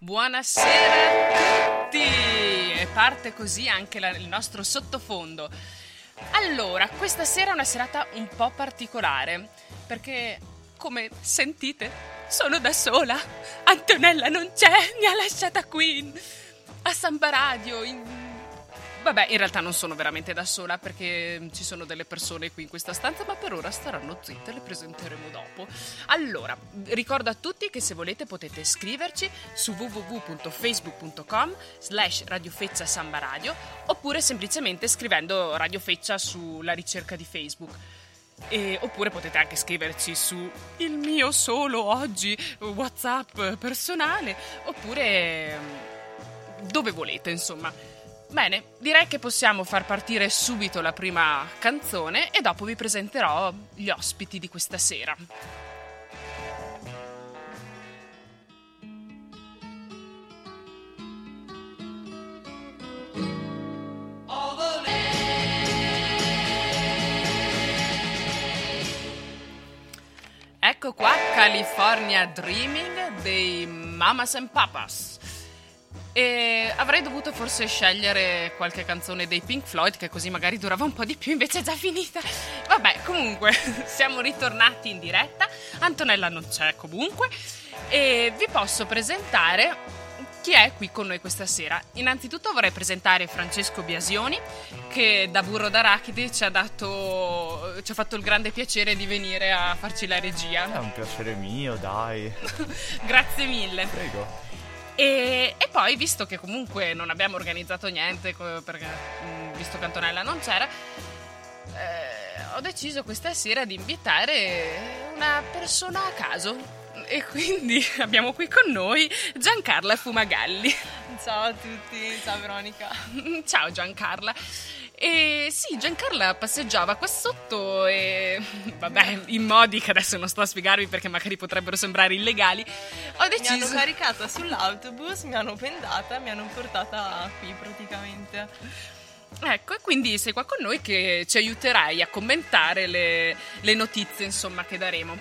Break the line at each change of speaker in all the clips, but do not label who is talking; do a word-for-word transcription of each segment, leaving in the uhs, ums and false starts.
buonasera a tutti! E parte così anche la, il nostro sottofondo. Allora, questa sera è una serata un po' particolare, perché, come sentite, sono da sola. Antonella non c'è, mi ha lasciata qui, a Samba Radio, in... Vabbè, in realtà non sono veramente da sola perché ci sono delle persone qui in questa stanza, ma per ora staranno zitte, le presenteremo dopo. Allora, ricordo a tutti che se volete potete scriverci su w w w punto facebook punto com slash radiofeccia Samba Radio, oppure semplicemente scrivendo Radio Feccia sulla ricerca di Facebook. E, oppure potete anche scriverci su il mio solo oggi WhatsApp personale, oppure dove volete, insomma. Bene, direi che possiamo far partire subito la prima canzone e dopo vi presenterò gli ospiti di questa sera. Ecco qua California Dreaming dei Mamas and Papas. E avrei dovuto forse scegliere qualche canzone dei Pink Floyd, che così magari durava un po' di più, invece è già finita. Vabbè, comunque, siamo ritornati in diretta. Antonella non c'è comunque. E vi posso presentare chi è qui con noi questa sera. Innanzitutto vorrei presentare Francesco Biasioni, che da Burro d'Arachidi ci ha dato ci ha fatto il grande piacere di venire a farci la regia.
È un piacere mio, dai.
Grazie mille.
Prego.
E, e poi, visto che comunque non abbiamo organizzato niente, perché visto che Antonella non c'era, eh, ho deciso questa sera di invitare una persona a caso. E quindi abbiamo qui con noi Giancarla Fumagalli.
Ciao a tutti, ciao Veronica.
Ciao Giancarla. E sì, Giancarla passeggiava qua sotto e vabbè, in modi che adesso non sto a spiegarvi perché magari potrebbero sembrare illegali. Ho deciso...
Mi hanno caricata sull'autobus, mi hanno pendata, mi hanno portata qui praticamente.
Ecco, e quindi sei qua con noi che ci aiuterai a commentare le, le notizie, insomma, che daremo.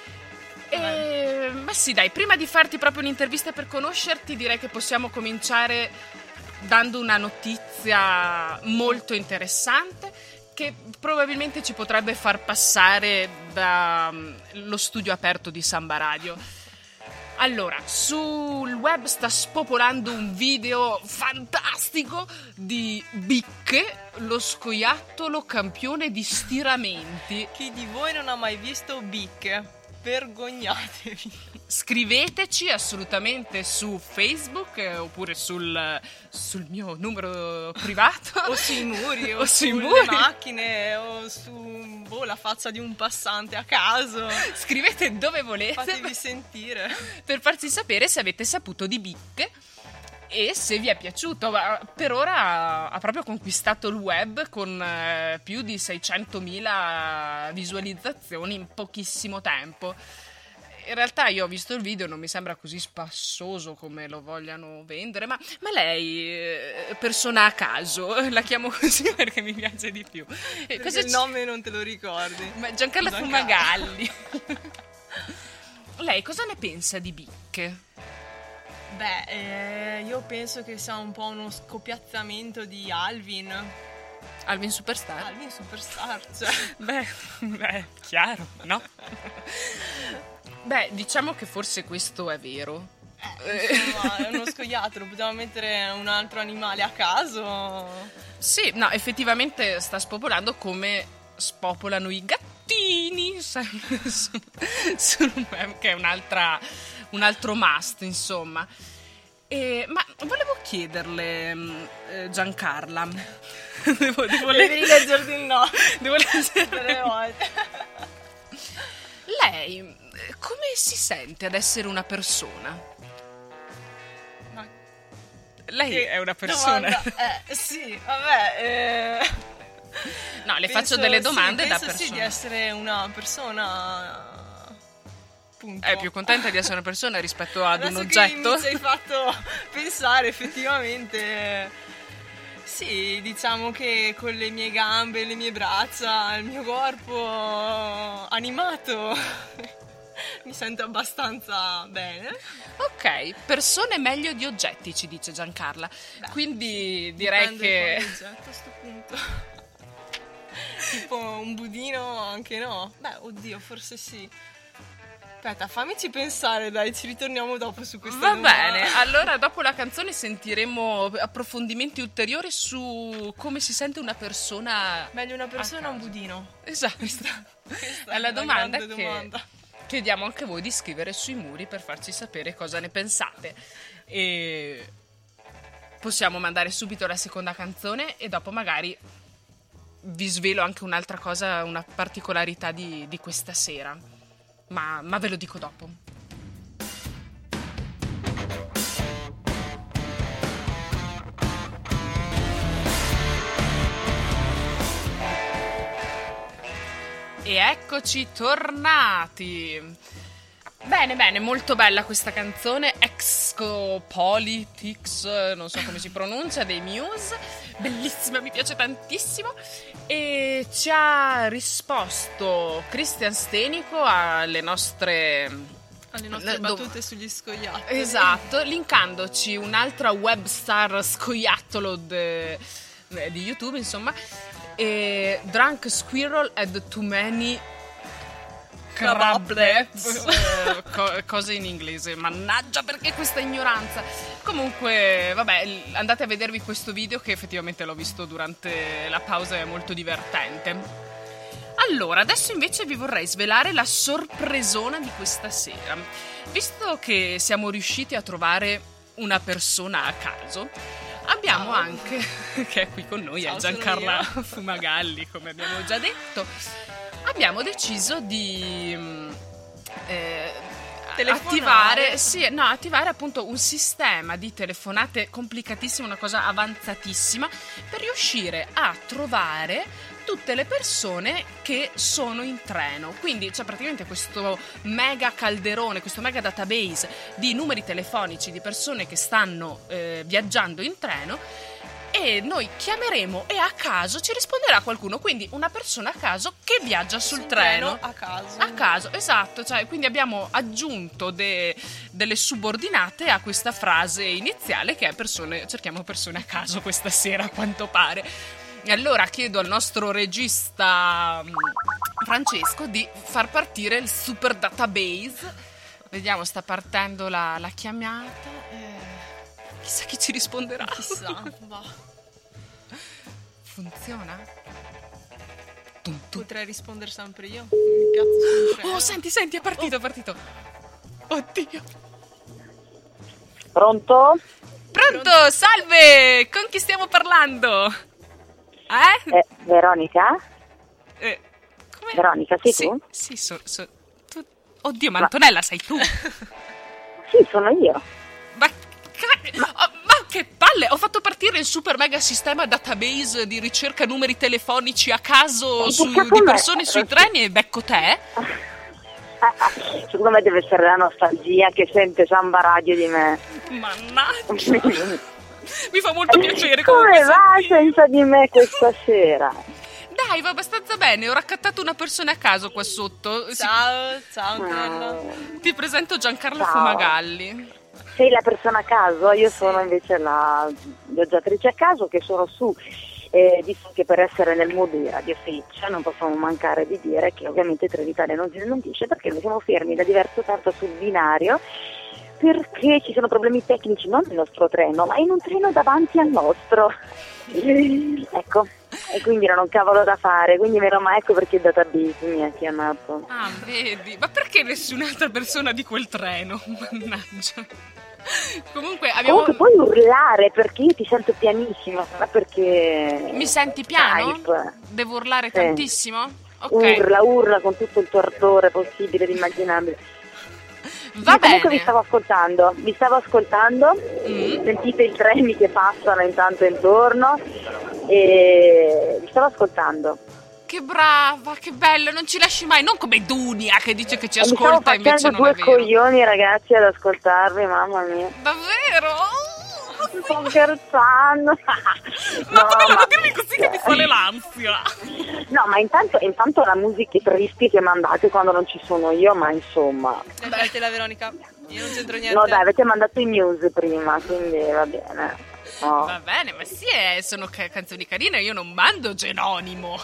E, ma sì, dai, prima di farti proprio un'intervista per conoscerti, direi che possiamo cominciare dando una notizia molto interessante che probabilmente ci potrebbe far passare dallo studio aperto di Samba Radio. Allora, sul web sta spopolando un video fantastico di Bicche, lo scoiattolo campione di stiramenti.
Chi di voi non ha mai visto Bicche? Vergognatevi.
Scriveteci assolutamente su Facebook eh, oppure sul, sul mio numero privato
o sui muri o,
o sui
sulle
muri.
macchine o su boh, la faccia di un passante a caso.
Scrivete dove volete.
Fatevi sentire
per farci sapere se avete saputo di Bicche e se vi è piaciuto. Per ora ha proprio conquistato il web con eh, più di seicentomila visualizzazioni in pochissimo tempo. In realtà io ho visto il video e non mi sembra così spassoso come lo vogliano vendere, ma, ma lei, eh, persona a caso, la chiamo così perché mi piace di più.
Eh, cosa il c- nome non te lo ricordi?
Ma Giancarla
Giancarla.
Fumagalli. Lei cosa ne pensa di Bicche?
Beh, eh, io penso che sia un po' uno scopiazzamento di Alvin.
Alvin Superstar?
Alvin Superstar, cioè.
Beh, beh, chiaro, no? Beh, diciamo che forse questo è vero.
Eh, insomma, è uno scoiattolo, potevamo mettere un altro animale a caso.
Sì, no, effettivamente sta spopolando come spopolano i gattini su, sul web, che è un'altra, un altro must, insomma. E, ma volevo chiederle, eh, Giancarla, devo, devo
Devi rileggerti il no.
Devo leggere
delle volte.
Lei come si sente ad essere una persona?
Ma
lei
che
è una persona?
Eh, sì, vabbè. Eh,
no, le
penso,
faccio delle domande
sì,
da
persona. Penso sì di essere una persona. Punto.
È più contenta di essere una persona rispetto ad
Adesso
un oggetto?
Che mi hai fatto pensare effettivamente. Sì, diciamo che con le mie gambe, le mie braccia, il mio corpo animato mi sento abbastanza bene.
Ok, persone meglio di oggetti, ci dice Giancarla.
Beh,
quindi
sì,
direi
dipende
che...
quale oggetto a sto punto. Tipo un budino, anche no. Beh, oddio, forse sì. Aspetta, fammici pensare, dai, ci ritorniamo dopo su questa
Va
domanda.
bene, allora dopo la canzone sentiremo approfondimenti ulteriori su come si sente una persona...
Meglio una persona
a
o un
caso.
budino?
Esatto.
Questa, questa
È la domanda
grande
che
domanda.
chiediamo anche voi di scrivere sui muri per farci sapere cosa ne pensate. E possiamo mandare subito la seconda canzone e dopo magari vi svelo anche un'altra cosa, una particolarità di, di questa sera. Ma, ma ve lo dico dopo. E eccoci tornati. Bene, bene, molto bella questa canzone, Exco Politics, non so come si pronuncia, dei Muse, bellissima, mi piace tantissimo. E ci ha risposto Christian Stenico alle nostre...
Alle nostre
Do-
battute sugli scoiattoli.
Esatto, linkandoci un'altra webstar scoiattolo de- di YouTube, insomma, e Drunk Squirrel had too many crablets, eh, co- cose in inglese, mannaggia, perché questa ignoranza. Comunque, vabbè, l- andate a vedervi questo video che effettivamente l'ho visto durante la pausa, è molto divertente. Allora, adesso invece vi vorrei svelare la sorpresona di questa sera. Visto che siamo riusciti a trovare una persona a caso, abbiamo
Ciao.
anche, che è qui con noi,
Ciao,
è
sono
Giancarla
io.
Fumagalli, come abbiamo già detto, abbiamo deciso di mm, eh,
Telefonare.
attivare, sì, no, attivare appunto un sistema di telefonate complicatissimo, una cosa avanzatissima, per riuscire a trovare tutte le persone che sono in treno. Quindi c'è praticamente questo mega calderone, questo mega database di numeri telefonici di persone che stanno eh, viaggiando in treno, e noi chiameremo e a caso ci risponderà qualcuno, quindi una persona a caso che viaggia sul
Sul
treno.
a caso.
A caso, esatto, cioè, quindi abbiamo aggiunto de- delle subordinate a questa frase iniziale che è persone, cerchiamo persone a caso questa sera a quanto pare. E allora chiedo al nostro regista mm, Francesco di far partire il super database. Vediamo, sta partendo la, la chiamata. Eh, chissà chi ci risponderà.
Chissà, va.
Funziona? Tum, tum.
Potrei rispondere sempre io. Mi piazzo sul treno.
Oh, senti, senti, è partito, è partito. Oddio.
Pronto?
Pronto, salve! Con chi stiamo parlando? Eh?
Eh, Veronica?
Eh, come?
Veronica, sei
sì,
tu?
Sì, so, so- tu. Oddio, ma Antonella, sei tu?
Sì, sono io.
Ma, ca- oh, ma che palle! Ho fatto partire il super mega sistema database di ricerca numeri telefonici a caso
Che
su-
cazzo
di
è?
persone sui treni e becco te?
Secondo me deve essere la nostalgia che sente Samba Radio di me.
Mannaggia! Mi fa molto piacere
Come
comunque
va
sentire.
senza di me questa sera?
Dai, va abbastanza bene. Ho raccattato una persona a caso qua sotto. Si-
Ciao, ciao Antonella.
Ah,
Ti presento Giancarlo
Ciao.
Fumagalli.
sei la persona a caso, io sono invece la viaggiatrice a caso che sono su. Eh, visto che per essere nel mood di Radio Freccia non possiamo mancare di dire che ovviamente Trenitalia non si smentisce, perché noi siamo fermi da diverso tempo sul binario perché ci sono problemi tecnici non nel nostro treno ma in un treno davanti al nostro. Ecco, e quindi non ho un cavolo da fare, quindi meno male, ecco perché il database mi ha chiamato.
Ah, vedi. Ma perché nessun'altra persona di quel treno? Mannaggia. Comunque abbiamo...
Comunque puoi urlare perché io ti sento pianissimo, ma perché...
Mi senti piano?
Type.
Devo urlare
Sì.
tantissimo? Ok.
Urla, urla con tutto il tuo ardore possibile ed immaginabile.
Va
Comunque
bene.
vi stavo ascoltando, vi stavo ascoltando,
Mm.
sentite i treni che passano intanto intorno e vi stavo ascoltando.
Che brava, che bello, non ci lasci mai, non come Dunia che dice che ci
E mi stavo
ascolta e invece
facendo
non è
due
vero.
coglioni ragazzi ad ascoltarvi, mamma mia.
Davvero?
Sto scherzando.
Ma
No,
come non
ma-
dirmi così che mi sto vuole l'ansia.
No, ma intanto, intanto la musica tristi che mandate quando non ci sono io, ma insomma.
Dai, la Veronica, io non c'entro niente.
No dai, avete mandato i news prima, quindi va bene. No.
Va bene, ma sì, eh, sono ca- canzoni carine, io non mando Geronimo.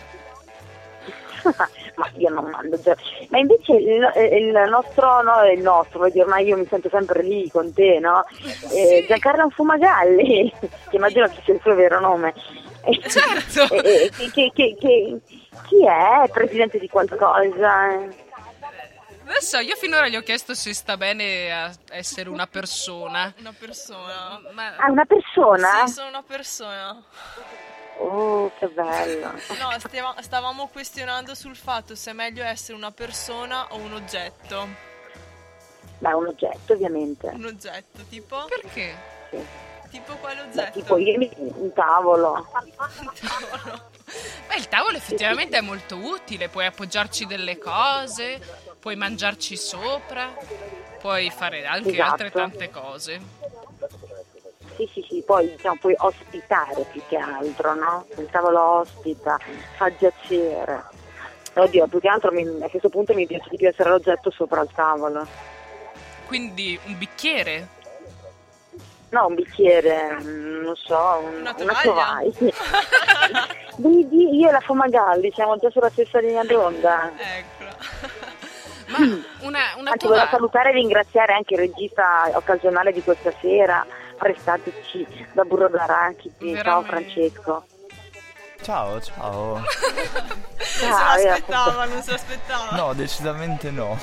Ma io non mando già. Ma invece il, il nostro, no, il nostro, vuol dire, ormai io mi sento sempre lì con te, no? Eh,
Sì.
Giancarlo Fumagalli, che immagino che sia il suo vero nome.
Certo.
Eh, eh, che, che, che, chi è? Presidente di qualcosa?
Adesso io finora gli ho chiesto se sta bene a essere una persona.
Una persona.
Ma
Ah, una persona?
Sì, sono una persona.
Oh, che bello.
No, stiva- stavamo questionando sul fatto se è meglio essere una persona o un oggetto.
Beh, un oggetto, ovviamente.
Un oggetto, tipo?
perché?
Sì.
Tipo quale
Beh,
oggetto?
tipo io mi- un tavolo.
Beh, il tavolo effettivamente è molto utile, puoi appoggiarci delle cose, puoi mangiarci sopra, puoi fare anche
Esatto.
altre tante cose.
Sì, sì, sì, poi diciamo puoi ospitare più che altro, no? Il tavolo ospita, fa giacere. Oddio, più che altro mi- a questo punto mi piace di più essere l'oggetto sopra il tavolo.
Quindi un bicchiere?
No, un bicchiere, mm, non so, un-
Una
una
tovaglia?
tovaglia. Di, di, io e la Fumagalli siamo già sulla stessa linea d'onda.
Eccola.
Ma una, una
Anzi, volevo
tovaglia.
salutare e ringraziare anche il regista occasionale di questa sera, prestateci da Burro d'Arachidi. Ciao
Veramente.
Francesco.
Ciao, ciao.
Non se
Ah, io-
l'aspettava, non se l'aspettava.
No, decisamente no.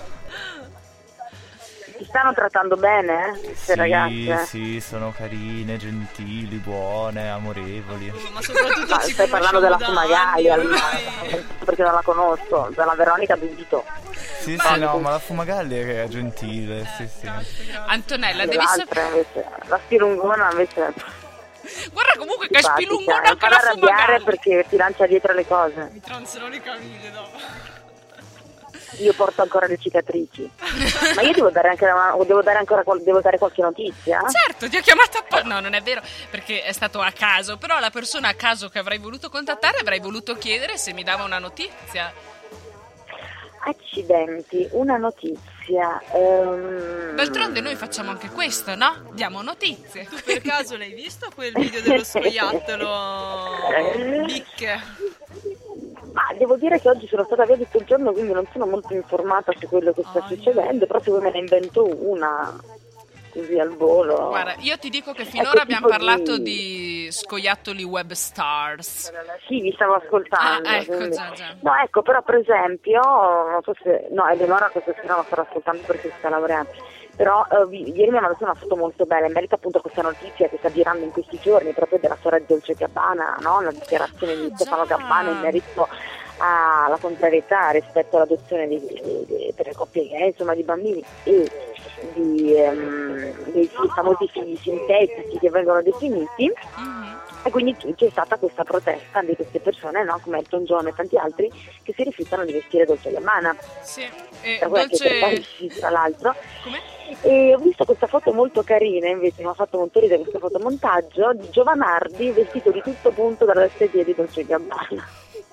Ti stanno trattando bene, eh, queste
Sì,
ragazze?
sì, sono carine, gentili, buone, amorevoli.
Ma soprattutto
Ma
ci
stai parlando della
conosciamo da
Fumagalli,
anni
allora,
ormai.
perché non la conosco, dalla Veronica dubito.
Sì,
Ma-
sì, no, ma la Fumagalli è gentile, sì, sì.
Grazie, grazie.
Antonella, devi sapere.
L'altra invece, la spilungona invece
Guarda comunque che
simpatica,
spilungona
non
anche
farla
la
arrabbiare
Fumagalli.
perché ti lancia dietro le cose.
Mi transerò le caviglie dopo.
Io porto ancora le cicatrici. Ma io devo dare anche una, devo dare ancora qual- devo dare qualche notizia?
Certo, ti ho chiamata apposta. No, non è vero, perché è stato a caso. Però la persona a caso che avrei voluto contattare avrei voluto chiedere se mi dava una notizia.
Accidenti, una notizia. ehm,
D'altronde noi facciamo anche questo, no? Diamo notizie.
Tu per caso l'hai visto quel video dello scoiattolo Bicche?
Ma devo dire che oggi sono stata via tutto il giorno, quindi non sono molto informata su quello che sta
Oh,
succedendo, però se vuoi me ne invento una, così al volo.
Guarda, io ti dico che
Ecco,
finora abbiamo
tipo
parlato
di-
di scoiattoli web stars.
Sì, vi stavo ascoltando.
Ah, ecco,
quindi-
già, già.
No, ecco, però per esempio, non so se... No, Eleonora questa sera la starà ascoltando perché si sta laureando. Però eh, vi- ieri mi ha mandato una foto molto bella in merito appunto a questa notizia che sta girando in questi giorni proprio della storia di Dolce Gabbana, no? La dichiarazione di
Ah,
Stefano
già.
Gabbana in merito alla contrarietà rispetto all'adozione di, di- di- per le coppie gay, insomma, di bambini e di, ehm, dei fi- famosi figli sintetici che vengono definiti.
Mhm.
E quindi c'è stata questa protesta di queste persone, no? Come Elton John e tanti altri, che si rifiutano di vestire Dolce Gabbana.
Sì. E
Per quella che per
Dolce.
Parigi, tra l'altro.
Come?
E ho visto questa foto molto carina, invece mi ha fatto molto ridere questo fotomontaggio di Giovanardi vestito di tutto punto dalla sedia di Dolce Gabbana.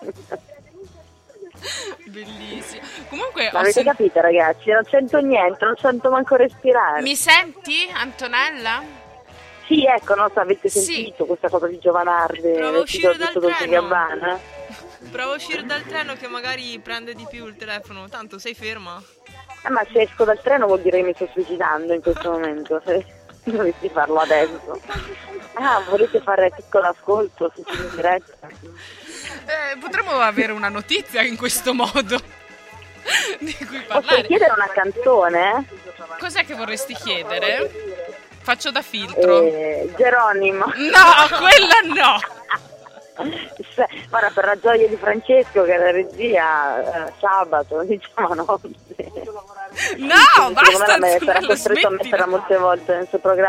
Bellissimo. Comunque
Ma
ho
avete
sen-
capito, ragazzi? Non sento niente, non sento manco respirare.
Mi senti, Antonella?
Sì, ecco, non so, avete
Sì.
sentito questa cosa di Giovanardi
Prova a
vestito
uscire
di
dal
tutto Dolce
treno.
Gabbana?
Prova a uscire dal treno che magari prende di più il telefono. Tanto sei ferma.
Eh, ma se esco dal treno vuol dire che mi sto suicidando in questo momento, se dovessi farlo adesso. Ah, volete fare piccolo ascolto su in diretta?
Eh, potremmo avere una notizia in questo modo di cui
Posso
parlare.
chiedere una canzone?
Cos'è che vorresti chiedere? Faccio da filtro.
Eh, Geronimo.
No, quella no.
Se- Guarda, per la gioia di Francesco che è la regia, eh, sabato, diciamo notte.
No, basta,
Secondo me sarà
Antonella,
costretto a
smettila.
metterla molte volte nel suo programma.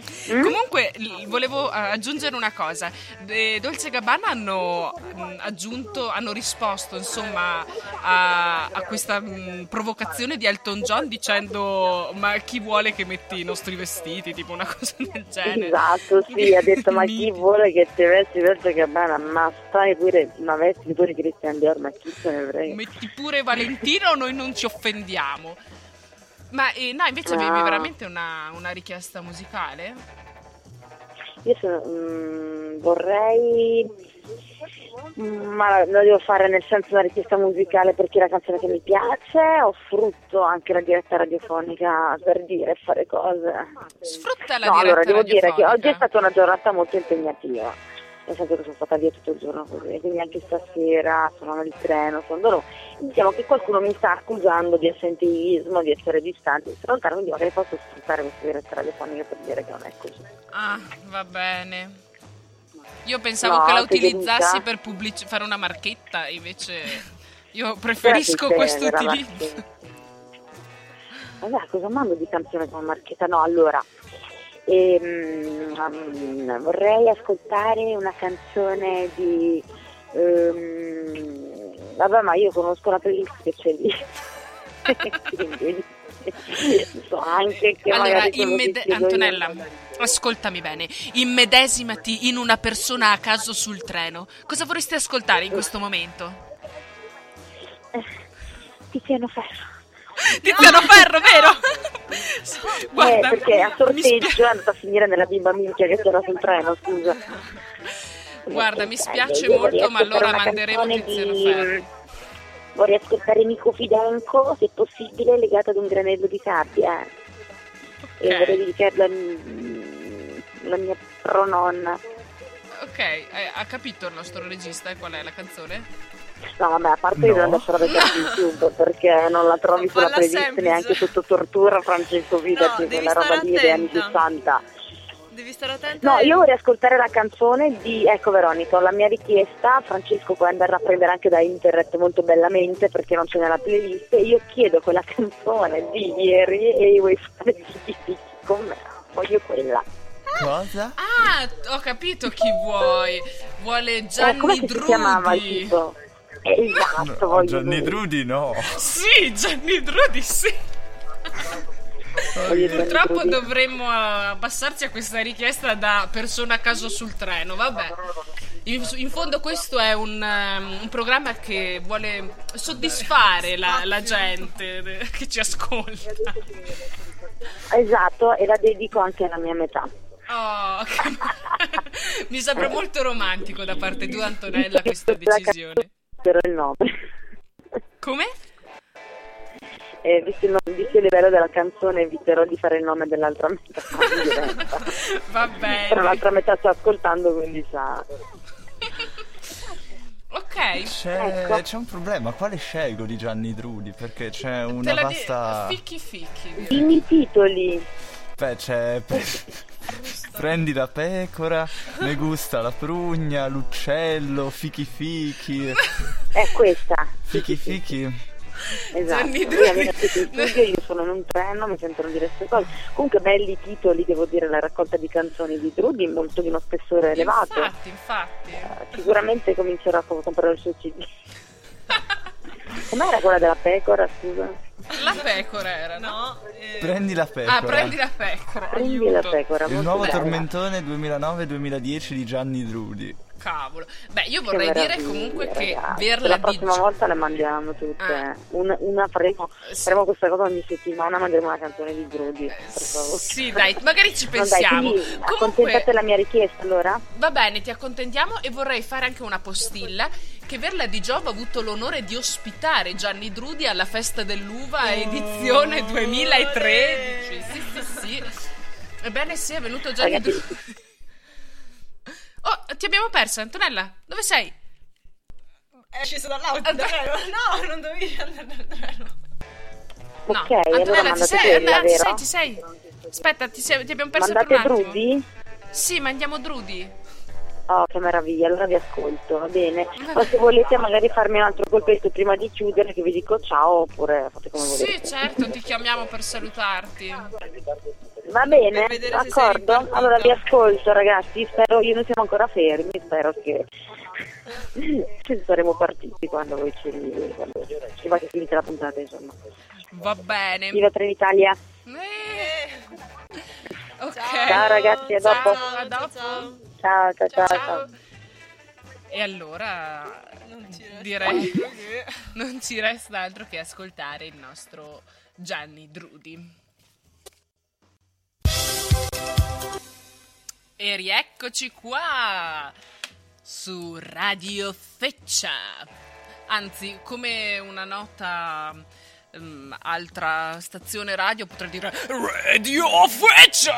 Mm?
Comunque l- volevo eh, aggiungere una cosa. De- Dolce e Gabbana hanno mh, aggiunto, hanno risposto insomma a, a questa mh, provocazione di Elton John dicendo ma chi vuole che metti i nostri vestiti, tipo una cosa del genere.
Esatto, sì, ha detto ma chi vuole che ti vesti Dolce e Gabbana, ma stai pure, ma vesti pure Christian Dior, ma chi se ne frega.
Metti pure Valentino, noi non ci offendiamo. Ma eh, no, invece avevi
No.
veramente una, una richiesta musicale?
Io sono, mm, vorrei, mm, ma la devo fare nel senso una richiesta musicale perché è la canzone che mi piace o sfrutto anche la diretta radiofonica per dire e fare cose?
Sfrutta la
No,
diretta
allora devo dire che
radiofonica.
oggi è stata una giornata molto impegnativa. Nel senso che sono stata via tutto il giorno così, quindi anche stasera sono nel treno, sono loro. Diciamo che qualcuno mi sta accusando di assenteismo, di essere distante, di essere lontano, quindi magari posso sfruttare queste dirette radiofoniche per dire che non è così.
Ah, va bene. Io pensavo
No,
che la
che
utilizzassi
delusa.
per pubblic- fare una marchetta, invece io preferisco
Però ti
questo
serve,
utilizzo.
ragazzi. Vabbè, cosa mando di canzone come marchetta? No, allora, ehm, um, vorrei ascoltare una canzone di... ehm, vabbè, ma io conosco la playlist che c'è lì. Quindi, so anche che
Allora,
magari quello
immede-
che chiedo io-
Antonella, ascoltami bene. Immedesimati in una persona a caso sul treno. Cosa vorresti ascoltare in questo momento?
Tiziano Ferro.
Tiziano Ferro, vero? Guarda,
eh, perché a
mi
sorteggio
spia-
è andata a finire nella bimba minchia che c'era sul treno, scusa.
Guarda, mi
Eh,
spiace
io vorrei
molto, ma
ascoltare
allora
una
manderemo
canzone
Tiziano
di-
Ferro.
Vorrei ascoltare Nico Fidenco, se possibile, legato ad un granello di sabbia. E
Ok.
vorrei dedicarla mm, alla mia prononna.
Ok, eh, ha capito il nostro regista qual è la canzone?
No, vabbè, a parte che
No.
devo andare a vedere su YouTube perché non la trovi sulla
Falla
playlist
semplice.
neanche sotto tortura, Francesco, fidati,
No, devi
quella roba
stare
lì degli anni
attenta.
sessanta.
Devi stare attenta.
No,
e-
io vorrei ascoltare la canzone di, ecco Veronica, la mia richiesta, Francesco puoi andare a prendere anche da internet molto bellamente perché non c'è nella playlist, e io chiedo quella canzone di ieri e io vuoi fare fighi con me, voglio quella.
Cosa?
Ah, ho capito chi vuoi. Vuole
Eh,
Gianni
come si
Drudi.
chiamava il tipo? Eh, esatto,
No,
voglio
Gianni
lui.
Drudi no.
Sì, Gianni Drudi, sì.
Voglio Gianni
Purtroppo
Drudi.
dovremmo abbassarci a questa richiesta da persona a caso sul treno, vabbè. In, in fondo questo è un, um, un programma che vuole soddisfare la, la gente eh, che ci ascolta.
Esatto, e la dedico anche alla mia metà.
Oh, che- mi sembra molto romantico da parte tua, Antonella, questa decisione.
Però il nome.
Come?
Eh, visto, il nome- visto il livello della canzone eviterò di fare il nome dell'altra metà in diretta.
Va
Però
bene.
l'altra metà sta ascoltando, quindi sa.
Ok.
C'è,
Ecco.
c'è un problema, quale scelgo di Gianni Drudi? Perché c'è
Te
una
la di-
vasta...
Ficchi ficchi. direi.
Dimmi i titoli.
Beh, c'è... Prendi la pecora, me gusta la prugna, l'uccello, fichi fichi,
È questa.
fichi fichi.
Esatto.
Gianni
Lui viene
Drudi.
qui in studio, io sono in un treno, mi sentono dire queste cose. Comunque belli titoli, devo dire, la raccolta di canzoni di Drudi, molto di uno spessore elevato.
Infatti, infatti.
Eh, Sicuramente comincerò a comprare il suo C D. Com'era quella della pecora, scusa?
La pecora era, no?
No, eh,
Prendi la pecora.
Ah, prendi la pecora.
Prendi
aiuto.
la pecora.
Il
molto
nuovo
bella.
tormentone duemilanove duemiladieci di Gianni Drudi.
Cavolo. Beh, io
Che
vorrei dire
meraviglia,
comunque che
ragazzi.
averla
la
di
prossima volta le mandiamo tutte.
Ah.
Una, una faremo,
Sì.
faremo questa cosa ogni settimana, manderemo una canzone di Drudi, per favore.
Sì, dai, magari ci
No, dai,
pensiamo.
quindi
Comunque,
accontentate la mia richiesta allora?
va bene, ti accontentiamo e vorrei fare anche una postilla che Verla di Giova ha avuto l'onore di ospitare Gianni Drudi alla festa dell'uva edizione duemilatredici. Sì, sì, sì. Ebbene sì, è venuto Gianni
Ragazzi,
Drudi. Oh, ti abbiamo persa, Antonella. Dove sei?
è sceso dall'auto. dal treno. No, non dovevi andare dal treno.
No,
ok, allora
Antonella, ti
mandate
sei?
quella,
Antonella, ti
vero?
sei? Ti sei? Aspetta, ti, sei, ti abbiamo perso
Mandate
per un attimo.
Drudi?
Sì, mandiamo Drudi.
Oh, che meraviglia, allora vi ascolto, va bene. Ma se volete magari farmi un altro colpetto prima di chiudere, che vi dico ciao, oppure fate come volete.
Sì, certo, ti chiamiamo per salutarti.
Va bene,
Per vedere se sei
d'accordo?
ripartita.
Allora vi ascolto ragazzi, spero, io non siamo ancora fermi, spero che ci saremo partiti quando voi ci, quando ci va che finite la puntata, insomma.
Va bene.
Viva Trenitalia!
Eh. Ok.
Ciao, ragazzi, a dopo.
Ciao,
A dopo.
ciao.
Ciao, ciao, ciao,
Ciao.
ciao.
E allora
Non ci resta
direi
altro che-
non ci resta altro che ascoltare il nostro Gianni Drudi. E rieccoci qua su Radio Feccia. Anzi, come una nota um, altra stazione radio potrei dire Radio Feccia.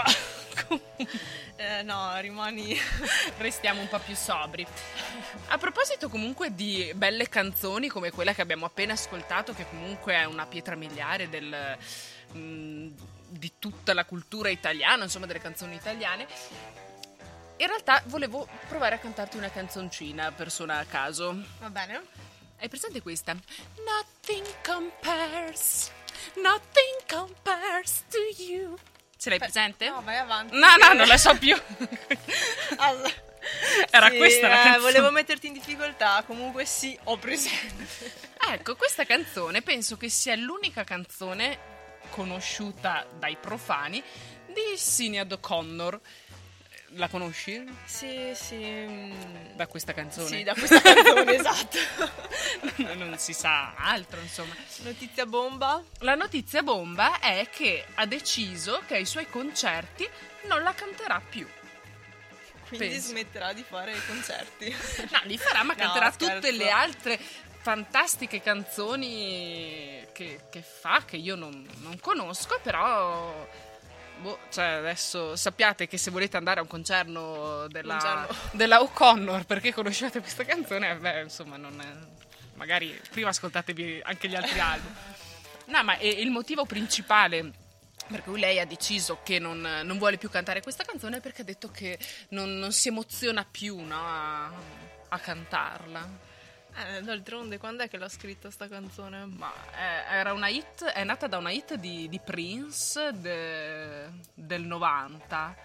Eh, no, rimani...
Restiamo un po' più sobri. A proposito comunque di belle canzoni come quella che abbiamo appena ascoltato, che comunque è una pietra miliare del, mh, di tutta la cultura italiana, insomma delle canzoni italiane, in realtà volevo provare a cantarti una canzoncina, persona a caso.
Va bene?
Hai presente questa? Nothing compares, nothing compares to you. Ce l'hai presente?
No, vai avanti.
No, no, non la so più.
Allora,
Era
sì,
questa la
eh,
canzone.
volevo metterti in difficoltà, comunque sì, ho presente.
Ecco, questa canzone penso che sia l'unica canzone conosciuta dai profani di Sinéad O'Connor. La conosci?
Sì, sì. mm,
Da questa canzone?
Sì, da questa canzone, esatto.
Non si sa altro, insomma.
Notizia bomba.
La notizia bomba è che ha deciso che ai suoi concerti non la canterà più.
Quindi
Penso.
smetterà di fare i concerti.
No, li farà, ma
No,
canterà
scherzo.
tutte le altre fantastiche canzoni che, che fa, che io non, non conosco, però... Boh, cioè adesso sappiate che se volete andare a un concerto della,
Concerto.
della O'Connor perché conoscete questa canzone, beh, insomma, non è, magari prima ascoltatevi anche gli altri album. No, ma è il motivo principale per cui lei ha deciso che non, non vuole più cantare questa canzone è perché ha detto che non, non si emoziona più, no, a, a cantarla.
Eh, d'altronde, quando è che l'ha scritta sta canzone?
Ma è, era una hit, è nata da una hit di, di Prince de- del novanta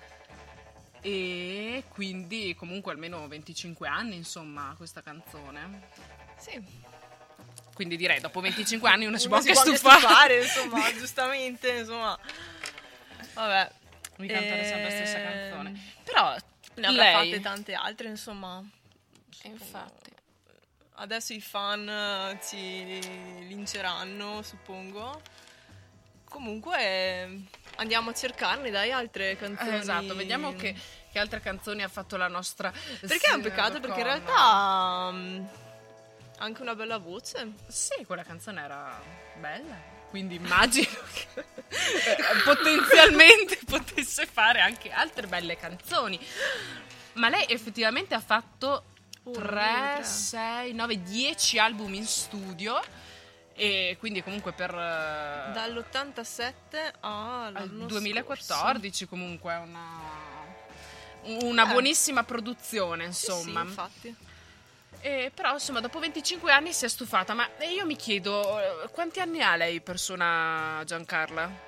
e quindi comunque almeno venticinque anni, insomma, questa canzone.
Sì.
Quindi direi dopo venticinque anni uno si
Uno
può anche
anche
stufare.
stufare, insomma, giustamente, insomma. Vabbè.
Mi cantare sempre la stessa
Ehm,
canzone. Però
Ne avrà
lei...
fatte tante altre, insomma.
E infatti...
Adesso i fan eh, ci linceranno, suppongo. Comunque andiamo a cercarne, dai, altre canzoni.
Eh, esatto, vediamo che, che altre canzoni ha fatto la nostra...
Perché è un peccato,
Sinéad
perché in
O'Connor.
realtà mm, ha anche una bella voce.
Sì, quella canzone era bella, quindi immagino che eh, potenzialmente potesse fare anche altre belle canzoni. Ma lei effettivamente ha fatto
Uno, due,
tre,
tre.
sei, nove, dieci album in studio e quindi comunque per... eh,
Dall'ottantasette
al
all'anno
duemilaquattordici comunque è una, una
Eh.
buonissima produzione,
scorso.
insomma.
Sì, sì, infatti.
E però insomma dopo venticinque anni si è stufata. Ma io mi chiedo, eh, quanti anni ha lei, persona Giancarla?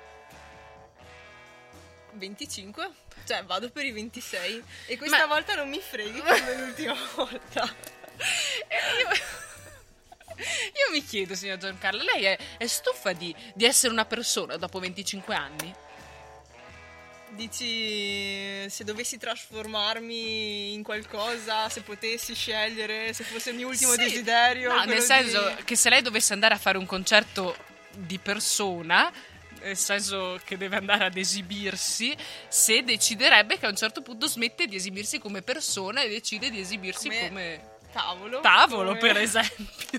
venticinque? Cioè, vado per i ventisei. E questa
Ma-
volta non mi freghi come l'ultima volta.
E io... io mi chiedo, signor Giancarla, lei è, è stufa di, di essere una persona dopo venticinque anni?
Dici, se dovessi trasformarmi in qualcosa, se potessi scegliere, se fosse il mio ultimo
Sì.
desiderio.
No,
quello
nel senso
di-
che se lei dovesse andare a fare un concerto di persona, nel senso che deve andare ad esibirsi, se deciderebbe che a un certo punto smette di esibirsi come persona e decide di esibirsi
Come
come,
Tavolo.
tavolo,
come-
per esempio.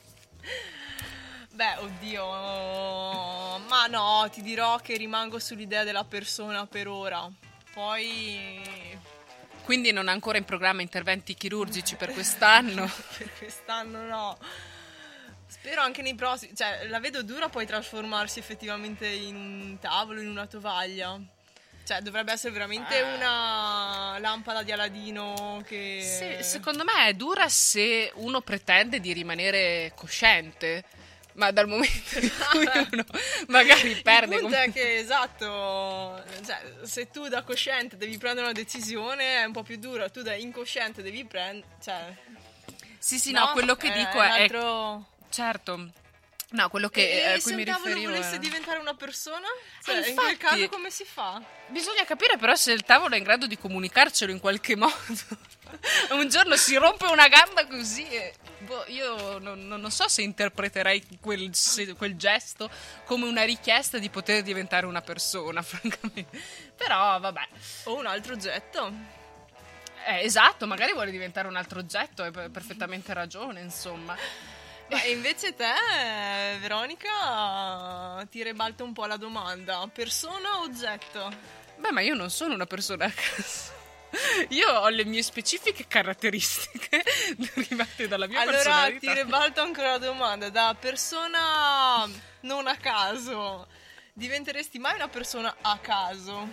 Beh, oddio. Ma no, ti dirò che rimango sull'idea della persona per ora. Poi...
Quindi non ha ancora in programma interventi chirurgici per quest'anno?
per quest'anno no. Spero anche nei prossimi. Cioè, la vedo dura poi trasformarsi effettivamente in un tavolo, in una tovaglia. Cioè, dovrebbe essere veramente
Ah.
una lampada di Aladino che...
Sì, secondo me è dura se uno pretende di rimanere cosciente. Ma dal momento in cui uno magari perde...
Il punto
com-
è che, esatto, cioè, se tu da cosciente devi prendere una decisione è un po' più duro, tu da incosciente devi prendere... Cioè,
Sì, sì, no, quello che dico è...
un altro...
Certo. No, quello che
E,
a
e
cui
se
mi
un tavolo
riferivo
volesse
era-
diventare una persona? Cioè,
Eh,
in quel
infatti-
caso come si fa?
Bisogna capire però se il tavolo è in grado di comunicarcelo in qualche modo. Un giorno si rompe una gamba così e boh, io non, non so se interpreterei quel, se- quel gesto come una richiesta di poter diventare una persona, francamente. Però vabbè.
O un altro oggetto?
Eh, esatto, magari vuole diventare un altro oggetto, hai per- perfettamente ragione, insomma.
Ma invece te, Veronica, ti ribalta un po' la domanda. Persona o oggetto?
Beh, ma io non sono una persona a caso. Io ho le mie specifiche caratteristiche derivate dalla mia
Allora
personalità.
ti ribalto ancora la domanda. Da persona non a caso, diventeresti mai una persona a caso?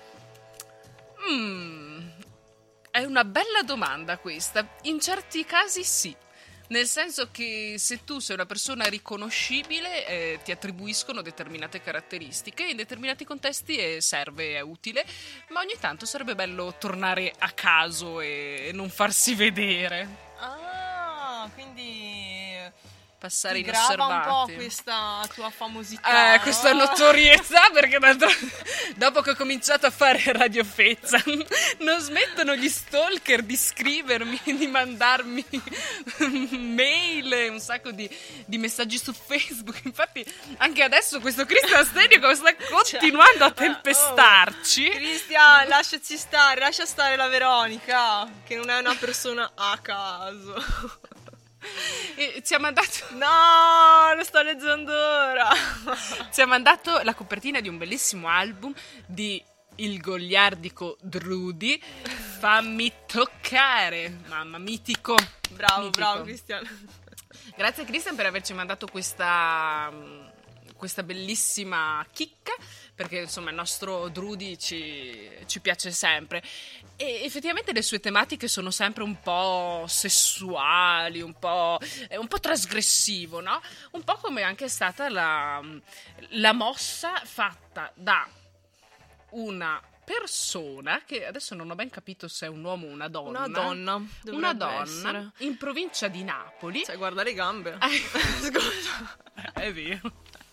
Mm, è una bella domanda questa. In certi casi sì. Nel senso che se tu sei una persona riconoscibile eh, ti attribuiscono determinate caratteristiche, in determinati contesti è, serve, è utile, ma ogni tanto sarebbe bello tornare a caso e non farsi vedere,
Ah, quindi
passare
ti grava un po'
inosservati.
questa tua famosità.
Eh, questa notorietà, perché d'altro- dopo che ho cominciato a fare Radio Fezza non smettono gli stalker di scrivermi, di mandarmi mail e un sacco di, di messaggi su Facebook. Infatti anche adesso questo Cristian Stenico sta continuando a tempestarci.
Oh, Cristian, lasciaci stare, lascia stare la Veronica, che non è una persona a caso.
E ci ha mandato
No, lo sto leggendo ora.
ci ha mandato la copertina di un bellissimo album di il goliardico Drudy, Fammi toccare, mamma, mitico.
Bravo,
Mitico.
bravo Cristian.
Grazie Cristian per averci mandato questa, questa bellissima chicca, perché insomma il nostro Drudy ci, ci piace sempre. E effettivamente le sue tematiche sono sempre un po' sessuali, un po', è un po' trasgressivo, no? Un po' come anche è stata la, la mossa fatta da una persona che adesso non ho ben capito se è un uomo o una donna.
Una donna.
Una
dovrebbe
donna
essere.
in provincia di Napoli.
Cioè, guarda le gambe.
Scusa. È vero.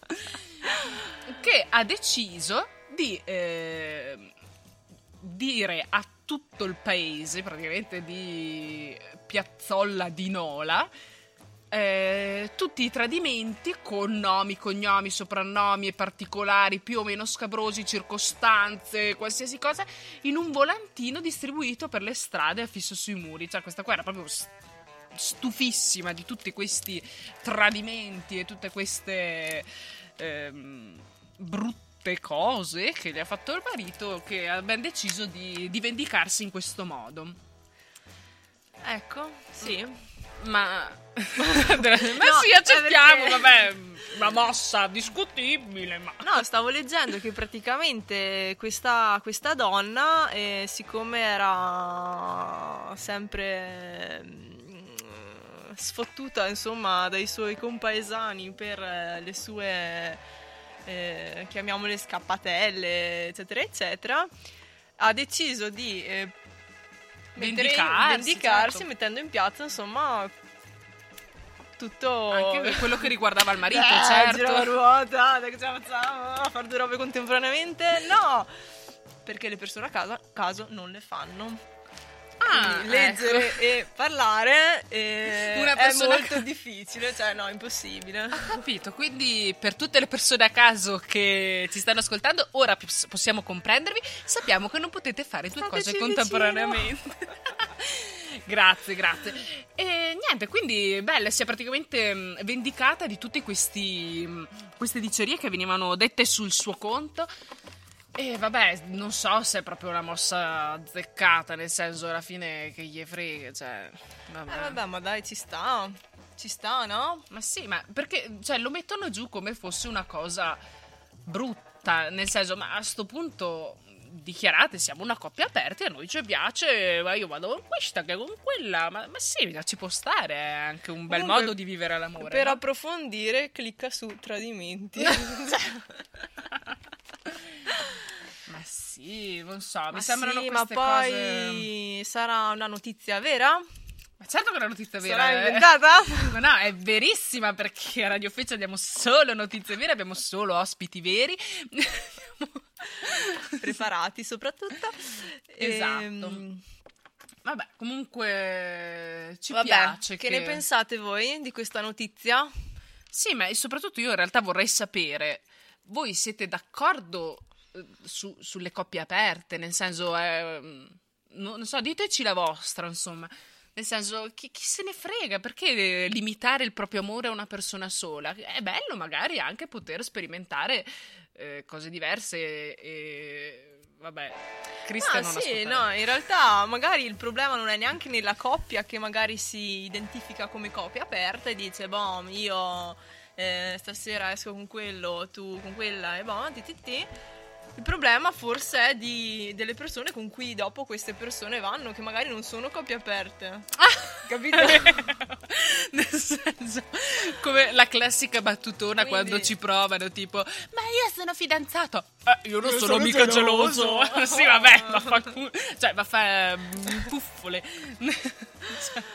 Che ha deciso di eh, dire a tutto il paese, praticamente di Piazzolla di Nola, eh, tutti i tradimenti con nomi, cognomi, soprannomi e particolari più o meno scabrosi, circostanze, qualsiasi cosa, in un volantino distribuito per le strade affisso sui muri. Cioè questa qua era proprio st- stufissima di tutti questi tradimenti e tutte queste ehm, brutte cose che gli ha fatto il marito, che ha ben deciso di, di vendicarsi in questo modo.
Ecco, sì.
Ma, ma
No,
sì, accettiamo,
è perché-
vabbè, una mossa discutibile, ma...
No, stavo leggendo che praticamente questa, questa donna, eh, siccome era sempre mm, sfottuta, insomma, dai suoi compaesani per eh, le sue, eh, chiamiamole scappatelle, eccetera, eccetera, ha deciso di eh, mettere in-
Vendicarsi,
vendicarsi
certo.
mettendo in piazza, insomma, tutto...
Anche quello che riguardava il marito,
Eh,
certo.
gira la ruota, dai che ce la facciamo a fare due robe contemporaneamente? No! Perché le persone a casa, caso non le fanno.
Ah,
Quindi leggere
ecco.
e parlare eh,
Una
è
persona a
molto
ca-
difficile, cioè no, impossibile.
Ho capito, quindi per tutte le persone a caso che ci stanno ascoltando, ora pos- possiamo comprendervi, sappiamo che non potete fare due
Stateci
cose contemporaneamente. Grazie, grazie. E niente, quindi bella, si è praticamente mh, vendicata di tutte questi, mh, queste dicerie che venivano dette sul suo conto. E vabbè, non so se è proprio una mossa azzeccata, nel senso alla fine che gli frega, cioè... Vabbè.
Eh vabbè, ma dai, ci sta, ci sta, no?
Ma sì, ma perché cioè, lo mettono giù come fosse una cosa brutta, nel senso, ma a sto punto dichiarate siamo una coppia aperta e a noi ci piace, ma io vado con questa che con quella, ma, ma sì, ci può stare, è anche un bel
Comunque,
modo di vivere l'amore.
Per
no?
approfondire clicca su tradimenti.
Ma sì, non so, mi
Ma
sembrano
sì, ma
queste
poi
cose...
sarà una notizia vera?
Ma certo che è una notizia vera.
Sarà
eh.
inventata?
Ma no, è verissima, perché a Radio Feccia diamo solo notizie vere, abbiamo solo ospiti veri.
Preparati soprattutto.
Esatto.
Ehm,
Vabbè, comunque ci
Vabbè,
piace
che
che...
ne pensate voi di questa notizia?
Sì, ma soprattutto io in realtà vorrei sapere, voi siete d'accordo eh, su- sulle coppie aperte? Nel senso, eh, non, non so, diteci la vostra, insomma. Nel senso, chi, chi se ne frega? Perché limitare il proprio amore a una persona sola? È bello magari anche poter sperimentare eh, cose diverse e... Vabbè, Cristian
Ah
non
sì,
ascoltare.
no, in realtà magari il problema non è neanche nella coppia che magari si identifica come coppia aperta e dice, boh, io eh, stasera esco con quello, tu con quella e boh, ti ti ti. Il problema forse è di, delle persone con cui dopo queste persone vanno, che magari non sono coppie aperte.
Ah,
capito?
Nel senso, come la classica battutona
Quindi-
quando ci provano, tipo, ma io sono fidanzato. Eh, io non
Io
sono,
sono
mica
geloso.
geloso. Sì, vabbè, ma fa cu- cioè, ma fa mm, puffole. Cioè,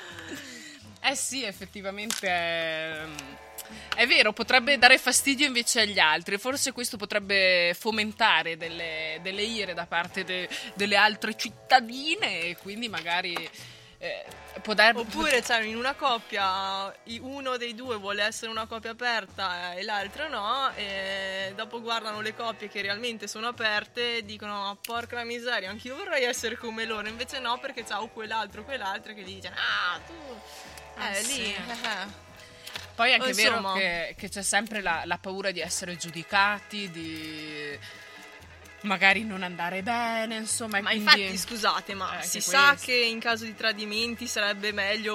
eh sì, effettivamente è... È vero, potrebbe dare fastidio invece agli altri, forse questo potrebbe fomentare delle, delle ire da parte de- delle altre cittadine e quindi magari eh, può dar...
Oppure, cioè, in una coppia i- uno dei due vuole essere una coppia aperta e l'altro no, e dopo guardano le coppie che realmente sono aperte e dicono, "Oh, porca la miseria, anch'io vorrei essere come loro", invece no, perché c'ha o quell'altro o quell'altro che gli dice, ah, tu...
Ah,
Eh,
sì.
lì... eh, eh.
Poi è anche
Insomma.
vero che, che c'è sempre la, la paura di essere giudicati, di magari non andare bene, insomma. e
Ma
quindi...
infatti, scusate, ma
Eh, anche
si sa
questo.
che in caso di tradimenti sarebbe meglio,